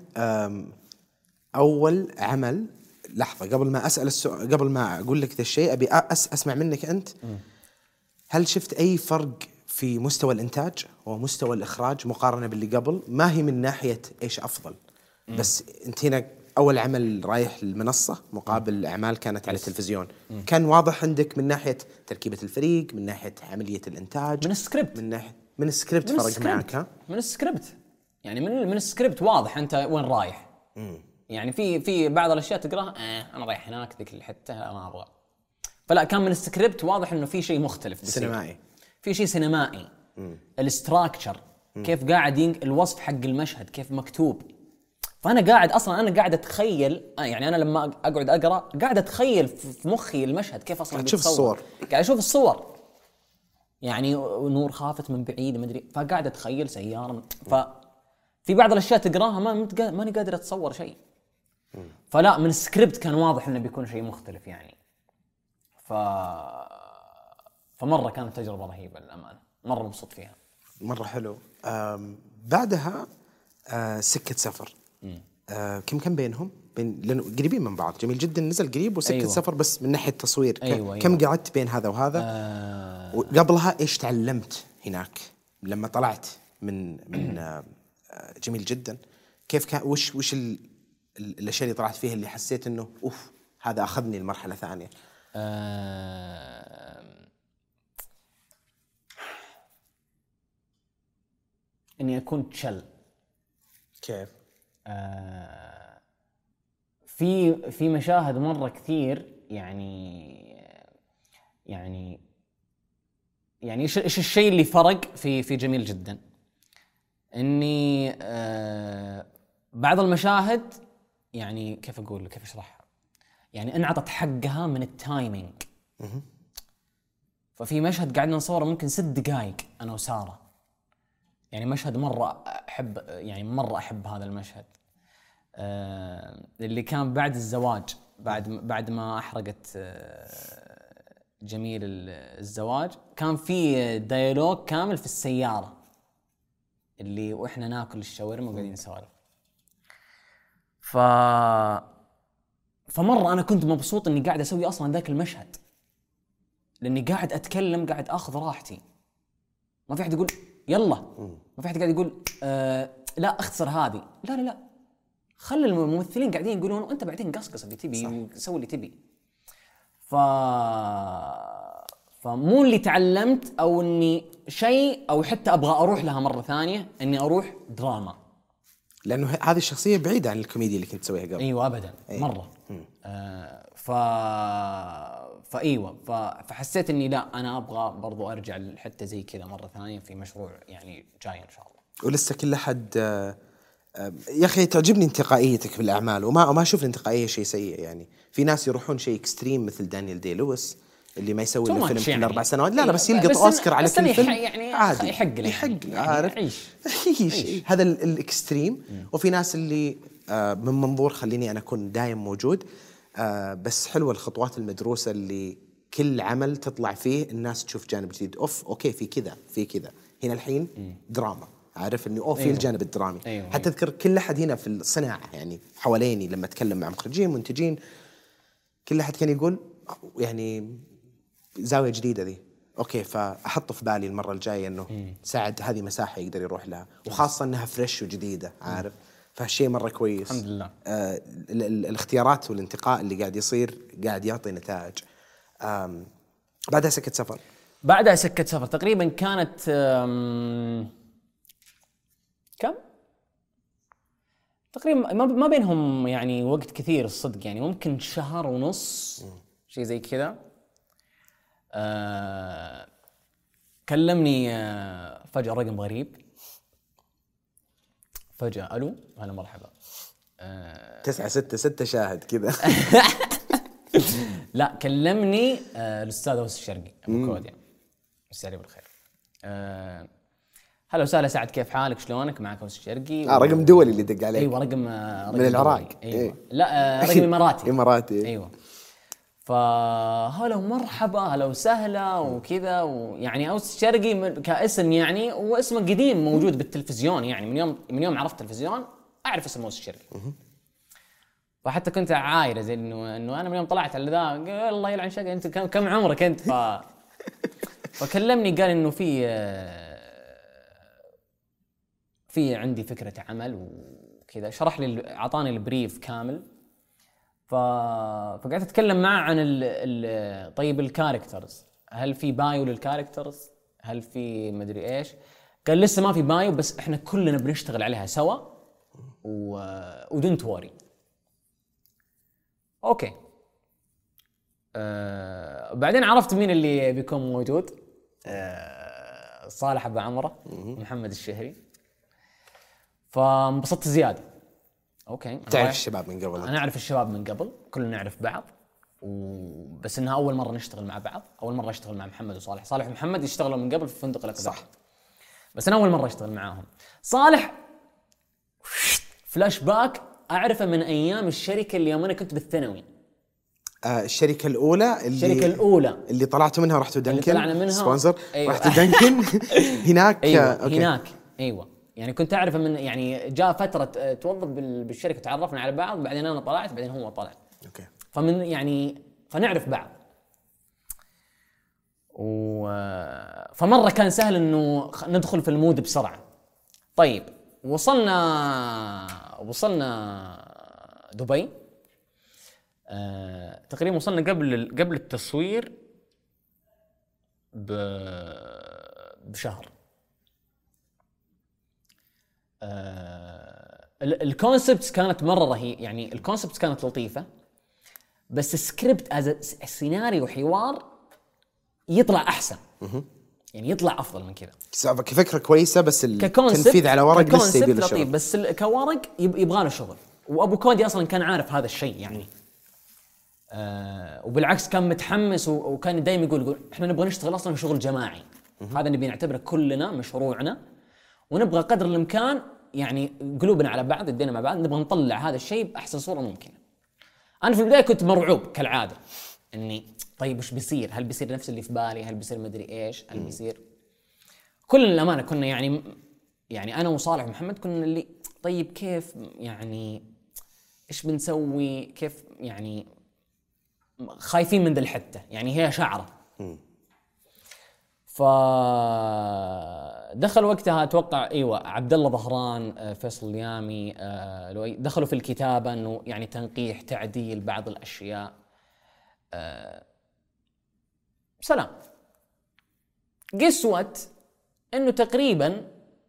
اول عمل، لحظه قبل ما اسال السؤال، قبل ما اقول لك ذا الشيء ابي أس اسمع منك انت. م. هل شفت اي فرق في مستوى الانتاج ومستوى الاخراج مقارنه باللي قبل؟ ما هي من ناحيه ايش افضل، م. بس انت هنا اول عمل رايح للمنصه مقابل اعمال كانت على التلفزيون، م. كان واضح عندك من ناحيه تركيبه الفريق، من ناحيه عمليه الانتاج، من السكريبت، من ناحيه من السكريبت فرق السكريبت. معك ها؟ من السكريبت يعني من من السكريبت واضح انت وين رايح. م. يعني في في بعض الاشياء تقراها آه انا رايح هناك ذيك الحته ما ابغى، فلا كان من السكريبت واضح انه في شيء مختلف، سينمائي، في شيء سينمائي. الاستراكشر كيف قاعد الوصف حق المشهد كيف مكتوب، فانا قاعد اصلا انا قاعد اتخيل، يعني انا لما اقعد اقرا قاعد اتخيل في مخي المشهد كيف اصلا بيتصور، الصور قاعد اشوف الصور، يعني نور خافت من بعيد ما ادري، فقاعد اتخيل سياره، ففي بعض الاشياء تقراها ما ماني قادر اتصور شيء. فلا من السكريبت كان واضح انه بيكون شيء مختلف يعني. ف فمره كانت تجربه رهيبه للامانه، مره مبسوط فيها، مره حلو. بعدها آه سكه سفر، آه كم كم بينهم؟ بين لانه قريبين من بعض، جميل جدا نزل قريب، وسكه أيوة. سفر بس من ناحيه تصوير أيوة كم أيوة. قعدت بين هذا وهذا؟ آه وقبلها ايش تعلمت هناك لما طلعت من من آه جميل جدا؟ كيف كان وش وش ال الاشياء اللي طلعت فيها اللي حسيت انه اوف هذا اخذني لمرحله ثانيه؟ آه... اني اكون تشل. كيف؟ آه... في في مشاهد مره كثير، يعني يعني يعني ايش ايش الشيء اللي فرق في في جميل جدا، اني آه... بعض المشاهد يعني كيف اقول كيف اشرحها، يعني انعطت حقها من التايمينج. ففي مشهد قعدنا نصوره ممكن ست دقائق انا وساره، يعني مشهد مره احب، يعني مره احب هذا المشهد. آه اللي كان بعد الزواج، بعد بعد ما احرقت آه جميل الزواج، كان في ديالوج كامل في السياره اللي واحنا ناكل الشاورما وقاعدين نسولف. ف فمره انا كنت مبسوط اني قاعد اسوي اصلا ذاك المشهد، لاني قاعد اتكلم، قاعد اخذ راحتي، ما في احد يقول يلا، ما في احد قاعد يقول آه لا اختصر هذه، لا لا لا، خلي الممثلين قاعدين يقولون وانت بعدين قصقص اللي تبي، سوي اللي تبي. ف فمو اللي تعلمت او اني شيء او حتى ابغى اروح لها مره ثانيه، اني اروح دراما، لانه هذه الشخصيه بعيده عن الكوميديا اللي كنت تسويها قبل. ايوه ابدا أيه. مره آه ف فايوه ف... فحسيت اني لا انا ابغى برضو ارجع حتى زي كذا مره ثانيه في مشروع يعني جاي ان شاء الله. ولسه كل احد آه آه يا اخي تعجبني انتقائيتك بالاعمال، وما ما اشوف الانتقائيه شيء سيء. يعني في ناس يروحون شيء اكستريم مثل دانيال دي لويس اللي ما يسوي له فيلم يعني. كل اربع سنوات، لا لا بس يلقط اوسكار على كل فيلم يعني عادي، يحق له يحق يعني. عارف عيش. عيش. هذا الاكستريم. وفي ناس اللي آه من منظور خليني انا اكون دايم موجود، آه بس حلوه الخطوات المدروسه اللي كل عمل تطلع فيه الناس تشوف جانب جديد. اوف اوكي في كذا في كذا هنا الحين دراما، عارف اني اوه في أيوة. الجانب الدرامي. أيوة. حتى اذكر كل احد هنا في الصناعه يعني حواليني لما اتكلم مع مخرجين منتجين، كل احد كان يقول يعني زاويه جديده ذي، اوكي فاحط في بالي المره الجايه انه مم. ساعد هذه مساحه يقدر يروح لها، وخاصه انها فريش وجديده، عارف. فهالشيء مره كويس الحمد لله. آه ال- ال- الاختيارات والانتقاء اللي قاعد يصير قاعد يعطي نتائج. بعدها سكة سفر بعدها سكة سفر تقريبا كانت كم تقريبا ما بينهم يعني وقت كثير الصدق، يعني ممكن شهر ونص شيء زي كذا. آه كلمني آه فجأة رقم غريب، فجأة ألو هلا مرحبا آه تسعة ستة ستة شاهد كذا لا كلمني آه الأستاذ أوس الشرقي أبو كود يعني مساء بالخير. آه هلا وسهلا سعد كيف حالك شلونك معك أوس الشرقي. آه رقم دولي اللي دق عليك. أيوة رقم, آه رقم من العراق. أيوة إيه. لا آه رقم إماراتي إماراتي أيوة. فهلا ومرحبا هلا وسهلا وكذا، ويعني أوس الشرقي كاسم يعني واسمه قديم موجود بالتلفزيون، يعني من يوم من يوم عرفت التلفزيون أعرف اسم أوس الشرقي. فحتى كنت عايره زي انه انه انا من يوم طلعت على ذا قال الله يلعن شقه انت كم كم عمرك انت. ف فكلمني قال انه في في عندي فكره عمل وكذا، شرح لي اعطاني البريف كامل. ف فقعدت اتكلم معه عن ال... ال... طيب الكاركترز، هل في بايو للكاركترز، هل في مدري ايش. قال لسه ما في بايو بس احنا كلنا بنشتغل عليها سوا و ودنت وري. اوكي أه بعدين عرفت مين اللي بيكون موجود. أه صالح ابو عمره، محمد الشهري. فانبسطت زياده. اوكي تعرف الشباب من قبل؟ انا اعرف الشباب من قبل، كلنا نعرف بعض وبس انها اول مره نشتغل مع بعض، اول مره اشتغل مع محمد وصالح. صالح ومحمد يشتغلوا من قبل في فندق الاكبر صح، بس انا اول مره اشتغل معاهم. صالح فلاش باك اعرفه من ايام الشركه اللي يوم انا كنت بالثانوي. آه الشركه الاولى اللي الشركه الاولى اللي طلعتوا منها ورحتوا دنكن، اللي طلعنا منها سبونسر. أيوة. رحتوا دنكن هناك. أيوة. أوكي. هناك ايوه يعني كنت اعرفه من يعني جاء فتره توظف بالشركه تعرفنا على بعض، بعدين انا طلعت بعدين هو طلع. اوكي فمن يعني فنعرف بعض. و فمره كان سهل انه ندخل في المود بسرعه. طيب وصلنا وصلنا دبي. آه، تقريبا وصلنا قبل قبل التصوير بشهر. آه، الكونسبتس كانت مره رهيب، يعني الكونسبتس كانت لطيفه، بس السكريبت از السيناريو وحوار يطلع احسن، يعني يطلع افضل من كذا. كفكره كويسه بس التنفيذ على ورق لسه يبي له شغل، بس كورق يبغى له شغل. وابو كودي اصلا كان عارف هذا الشيء يعني. آه وبالعكس كان متحمس وكان دائما يقول يقول احنا نبغى نشتغل اصلا في شغل جماعي، هذا نبي نعتبره كلنا مشروعنا، ونبغى قدر الامكان يعني قلوبنا على بعض، ادينا مع بعض، نبغى نطلع هذا الشيء باحسن صوره ممكنه. انا في البدايه كنت مرعوب كالعاده، اني طيب وش بيصير؟ هل بيصير نفس اللي في بالي؟ هل بيصير مدري ايش؟ هل بيصير؟ كل الامانه كنا يعني يعني انا وصالح ومحمد كنا اللي طيب كيف يعني ايش بنسوي؟ كيف يعني خايفين من ذا الحته، يعني هي شعره. فدخل وقتها اتوقع ايوه عبد الله ظهران، فيصل اليامي، آه دخلوا في الكتابه انه يعني تنقيح تعديل بعض الاشياء. آه سلام. قسوة انه تقريبا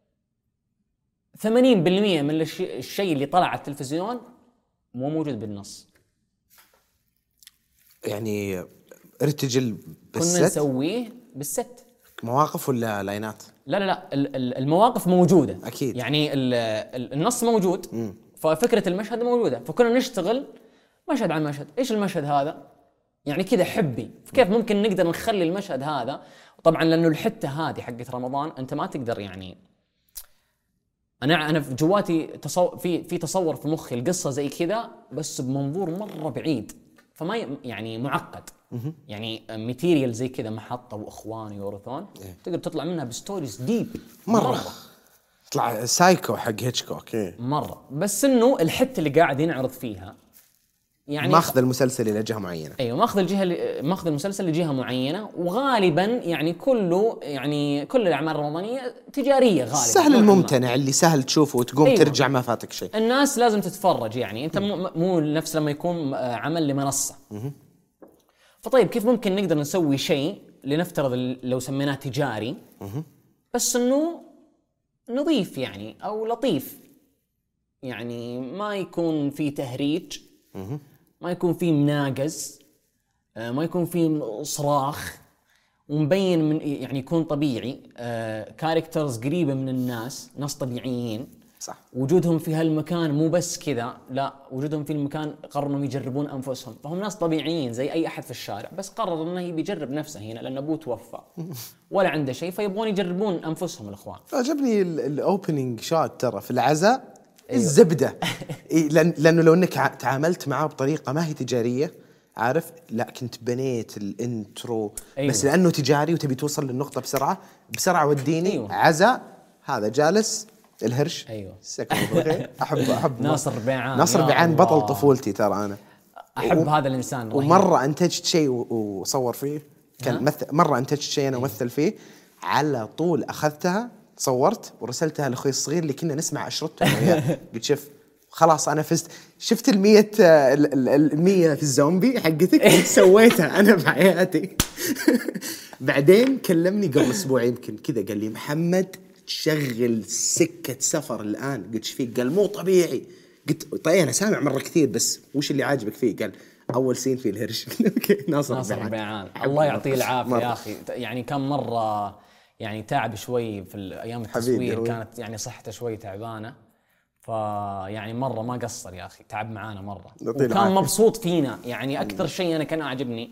ثمانين بالمئة من الشيء اللي طلع على التلفزيون مو موجود بالنص. يعني ارتجل بالست؟ كنا نسويه بالست. مواقف ولا لاينات؟ لا لا لا المواقف موجودة أكيد. يعني النص موجود. م. ففكرة المشهد موجودة، فكنا نشتغل مشهد عن مشهد. إيش المشهد هذا؟ يعني كذا حبي، كيف ممكن نقدر نخلي المشهد هذا؟ طبعا لأنه الحتة هذه حقت رمضان أنت ما تقدر يعني أنا أنا في جواتي تصور في في تصور في مخي القصة زي كذا بس بمنظور مرة بعيد، فما يعني معقد. يعني ماتيريال زي كذا محطة وإخوان يورثون إيه؟ تقدر تطلع منها بستوريز ديب مرة, مرة. تطلع سايكو حق هيتشكوك إيه؟ مرة. بس إنه الحتة اللي قاعد ينعرض فيها يعني ماخذ المسلسل إلى جهة معينة. أيوة ماخذ الجهة ماخذ المسلسل لجهة معينة، وغالبا يعني كله يعني كل الأعمال الرمضانية تجارية غالبا. سهل الممتنع اللي سهل تشوفه وتقوم أيوة. ترجع ما فاتك شيء. الناس لازم تتفرج يعني أنت مو, مو نفس لما يكون عمل لمنصة. م- فطيب كيف ممكن نقدر نسوي شيء لنفترض لو سميناه تجاري بس انه نظيف يعني او لطيف، يعني ما يكون فيه تهريج، ما يكون فيه مناقز، ما يكون فيه صراخ، ومبين من يعني يكون طبيعي. كاركترز قريبة من الناس، ناس طبيعيين صح. وجودهم في هالمكان مو بس كذا، لا وجودهم في المكان قرروا يجربون أنفسهم، فهم ناس طبيعيين زي أي أحد في الشارع، بس قرر إنه يبي يجرب نفسه هنا لأن أبوه توفى ولا عنده شيء، فيبغون يجربون أنفسهم الإخوان. عجبني الأوبننج شات ترى في العزاء. أيوة. الزبدة لأن لأنه لو إنك تعاملت معه بطريقة ما هي تجارية عارف، لا كنت بنيت الانترو. أيوة. بس لأنه تجاري وتبي توصل للنقطة بسرعة بسرعة وديني. أيوة. عزاء هذا جالس الهرش. ايوه احب احب ناصر ربيعان. ناصر ربيعان بطل طفولتي ترى انا احب و... هذا الانسان رهيب. ومره انتجت شيء وصور فيه كان مثل مره انتجت شيء انا ومثل فيه على طول، اخذتها صورت ورسلتها لاخوي الصغير اللي كنا نسمع اشرطته وياه. قلت شوف خلاص انا فزت، شفت المية المية في الزومبي حقتك سويتها انا بحياتي. بعدين كلمني قبل اسبوع يمكن كذا قال لي محمد تشغل سكة سفر الآن. قلت فيه؟ قال مو طبيعي. قلت طيب أنا سامع مرة كثير بس وش اللي عاجبك فيه؟ قال أول سين فيه الهرش. ناصر, ناصر ربيعان الله يعطيه العافية يا أخي، يعني كان مرة يعني تعب شوي في الأيام التصوير، كانت يعني صحته شوي تعبانة، فيعني مرة ما قصر يا أخي، تعب معانا مرة وكان مبسوط فينا. يعني أكثر شيء أنا كان أعجبني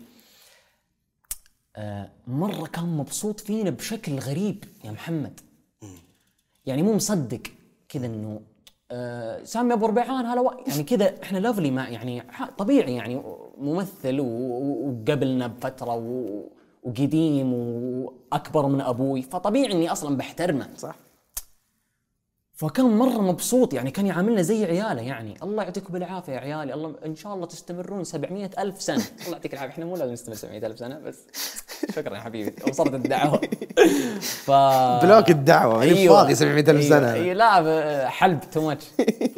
آه مرة كان مبسوط فينا بشكل غريب يا محمد، يعني مو مصدق كذا انه آه سامي ابو ربيعان هلا يعني كذا احنا لافلي ما يعني طبيعي يعني ممثل وقبلنا بفتره وقديم واكبر من ابوي، فطبيعي اني اصلا بحترمه صح. فكان مره مبسوط، يعني كان يعاملنا زي عياله، يعني الله يعطيكم بالعافيه يا عيالي، الله ان شاء الله تستمرون سبعمية ألف سنه. الله يعطيك العافيه، احنا مو لازم نستمر سبعمية ألف سنه بس. شكرا يا حبيبي وصلت الدعوه. ف بلوك الدعوه ماني أيوة. فاضي سبعمية ألف أيوة. سنه أيوة. لا حلب تو ماتش. ف...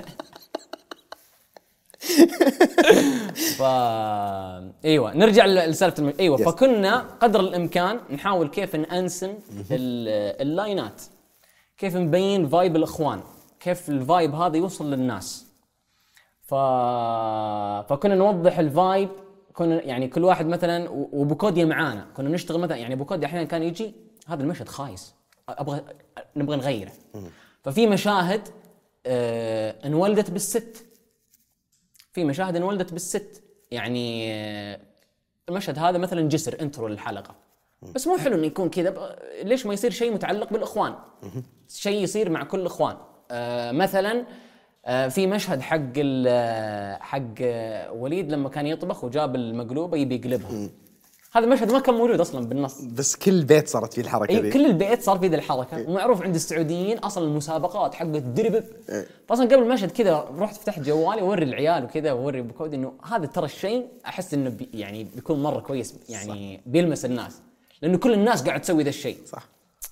ف ايوه نرجع لسالفه الم... ايوه yes. فكنا قدر الامكان نحاول كيف نأنسن اللاينات، كيف نبين فايب الاخوان، كيف الفايب هذا يوصل للناس. ف... فكنا نوضح الفايب، كنا يعني كل واحد مثلا وبوكوديا معانا كنا نشتغل مثلا، يعني بوكوديا احيانا كان يجي هذا المشهد خايس ابغى نبغى نغيره. ففي مشاهد اه انولدت بالست، في مشاهد انولدت بالست، يعني اه المشهد هذا مثلا جسر انترو للحلقه، بس مو حلو انه يكون كذا، ليش ما يصير شيء متعلق بالاخوان، شيء يصير مع كل اخوان، آه مثلا آه في مشهد حق ال- حق آه، وليد لما كان يطبخ وجاب المقلوبه يبي يقلبها. هذا المشهد ما كان موجود اصلا بالنص. بس كل بيت صارت فيه الحركه اي ذي. كل البيت صار في ذي الحركه. ومعروف عند السعوديين اصلا المسابقات حقت دربب. إيه. فاصلا قبل المشهد كذا رحت فتحت جوالي واوري العيال وكذا واوري بكود انه هذا ترى الشيء احس انه بي يعني بيكون مره كويس يعني بيلمس الناس لانه كل الناس قاعد تسوي ذا الشيء. صح.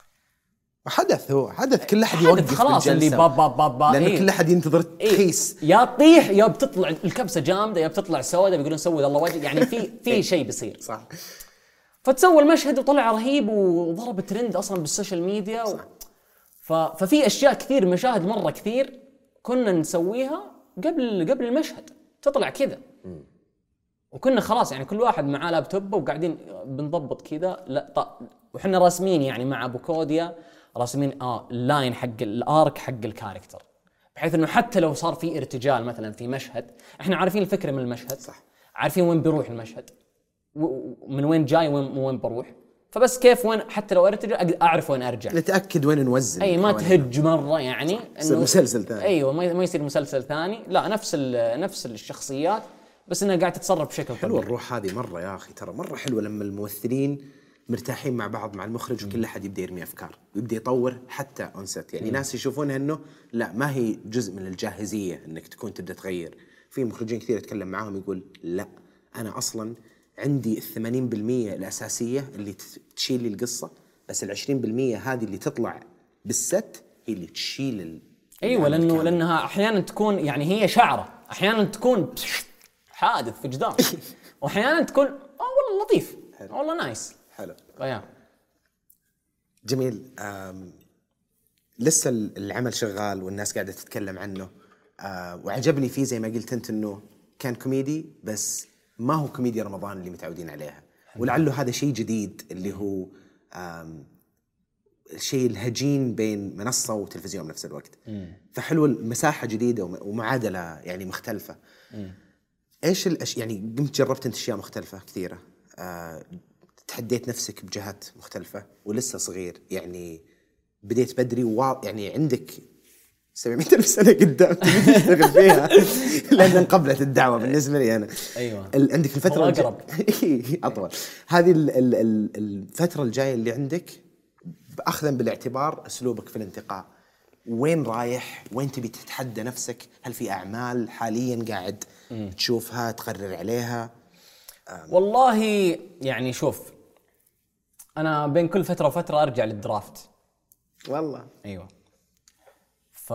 وحدث هو حدث كل احد حدث يوقف خلاص اللي بالجلسة. باب باب باب باب لانه إيه. كل احد ينتظر إيه. تخيس. يا تطيح يا بتطلع الكبسه جامده يا بتطلع سوداء بيقولون سوي الله وجهك يعني في في شيء بيصير. صح. فتسوى المشهد وطلع رهيب وضرب ترند اصلا بالسوشيال ميديا و... ف... ففي اشياء كثير مشاهد مره كثير كنا نسويها قبل قبل المشهد تطلع كذا. وكنا خلاص يعني كل واحد معاه لابتوب وقاعدين بنضبط كذا لا ط... وحنا راسمين يعني مع ابو كوديا راسمين اه اللاين حق الارك حق الكاركتر بحيث انه حتى لو صار في ارتجال مثلا في مشهد احنا عارفين الفكره من المشهد. صح. عارفين وين بيروح المشهد ومن وين جاي وين وين بروح. فبس كيف وين حتى لو ارتجل اعرف وين ارجع. نتاكد وين نوزن. اي ما تهج مره يعني انه مسلسل ثاني. ايوه ما ما يصير مسلسل ثاني لا نفس نفس الشخصيات بس انها قاعده تتصرف بشكل حلوه الروح هذه مره يا اخي ترى مره حلوه لما الممثلين مرتاحين مع بعض مع المخرج وكل احد يبدا يرمي افكار ويبدا يطور حتى اون سيت يعني م. ناس يشوفونها انه لا ما هي جزء من الجاهزيه انك تكون تبدا تغير. في مخرجين كثير اتكلم معاهم يقول لا انا اصلا عندي الثمانين بالمية الاساسيه اللي تشيل لي القصه بس العشرين بالمية هذه اللي تطلع بالست هي اللي تشيل ال... ايوه لانه لانها احيانا تكون يعني هي شعره احيانا تكون حادث في جدار واحيانا تكون اه والله لطيف والله نايس حلو طيب جميل. لسه العمل شغال والناس قاعده تتكلم عنه آه وعجبني فيه زي ما قلت انت انه كان كوميدي بس ما هو كوميديا رمضان اللي متعودين عليها ولعله هذا شيء جديد اللي هو الشيء الهجين بين منصه وتلفزيون بنفس الوقت. مم. فحلو المساحه جديده ومعادله يعني مختلفه. مم. ايش الأش... يعني قمت جربت انت اشياء مختلفه كثيره آه، تحديت نفسك بجهات مختلفه ولسه صغير يعني بديت بدري و يعني عندك سبعمية ألف سنه قدام تشتغل فيها لان انقبلت الدعوه بالنسبه لي انا. ايوه ال... عندك الفتره الج... اطول هذه ال... ال... ال... الفتره الجايه اللي عندك اخذا بالاعتبار اسلوبك في الانتقاء وين رايح وين تبي تتحدى نفسك هل في اعمال حاليا قاعد م. تشوفها تقرر عليها؟ والله يعني شوف انا بين كل فتره وفتره ارجع للدرافت والله ايوه ف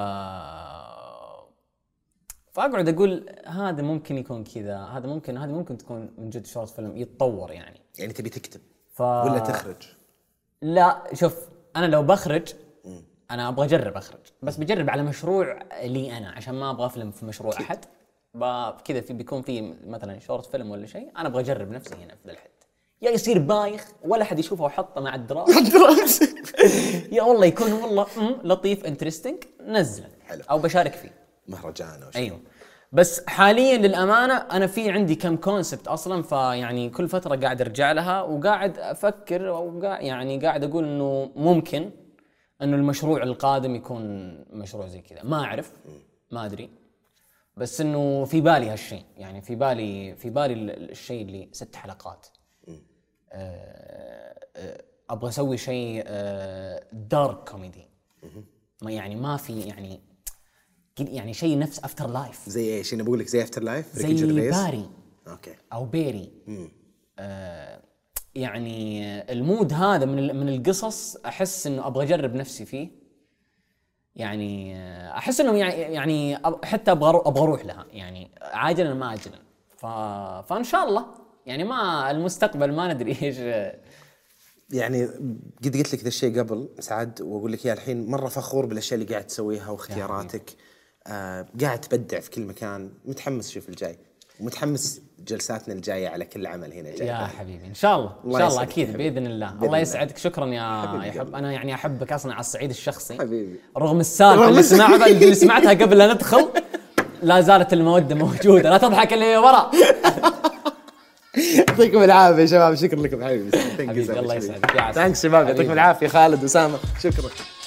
فاقعد اقول هذا ممكن يكون كذا هذا ممكن هذا ممكن تكون من جد شورت فيلم يتطور يعني يعني تبي تكتب ف... ولا تخرج؟ لا شوف انا لو بخرج م. انا ابغى اجرب اخرج بس بجرب على مشروع لي انا عشان ما ابغى افلم في مشروع كي. احد كذا في بيكون في مثلا شورت فيلم ولا شيء انا ابغى اجرب نفسي هنا في ذا الحد يا يصير بايخ ولا حد يشوفه وحطه مع الدراس يا والله يكون والله لطيف انترستينج نزله حلو. او بشارك فيه مهرجان او شيء. ايوه بس حاليا للامانه انا في عندي كم كونسبت اصلا فيعني كل فتره قاعد ارجع لها وقاعد افكر او قاعد يعني قاعد اقول انه ممكن انه المشروع القادم يكون مشروع زي كذا ما اعرف ما ادري بس انه في بالي هالشيء يعني في بالي في بالي الشيء اللي ست حلقات ابغى اسوي شيء دارك كوميدي ما يعني ما في يعني يعني شيء نفس افتر لايف زي ايش انا بقول لك زي افتر لايف زي باري اوكي او بيري آه يعني المود هذا من من القصص احس انه ابغى اجرب نفسي فيه يعني احس انه يعني حتى ابغى ابغى اروح لها يعني عاجلا ما اجلا ف... فان شاء الله يعني ما المستقبل ما ندري ايش يعني قد قلت لك ذا الشيء قبل سعد واقول لك يا الحين مره فخور بالاشياء اللي قاعد تسويها واختياراتك آه قاعد تبدع في كل مكان متحمس شوف الجاي ومتحمس جلساتنا الجايه على كل عمل هنا جاي يا حبيبي ان شاء الله ان شاء الله اكيد حبيبي. باذن الله بإذن الله يسعدك شكرا يا يحب انا يعني احبك اصلا على الصعيد الشخصي حبيبي رغم السالفه اللي سمعتها اللي سمعتها قبل لا ندخل لا زالت الموده موجوده لا تضحك اللي ورا يعطيكم العافيه يا شباب شكرا لكم حبيبي حبيبي الله يسعدك ثانكس شباب يعطيكم العافيه خالد وسامه شكرا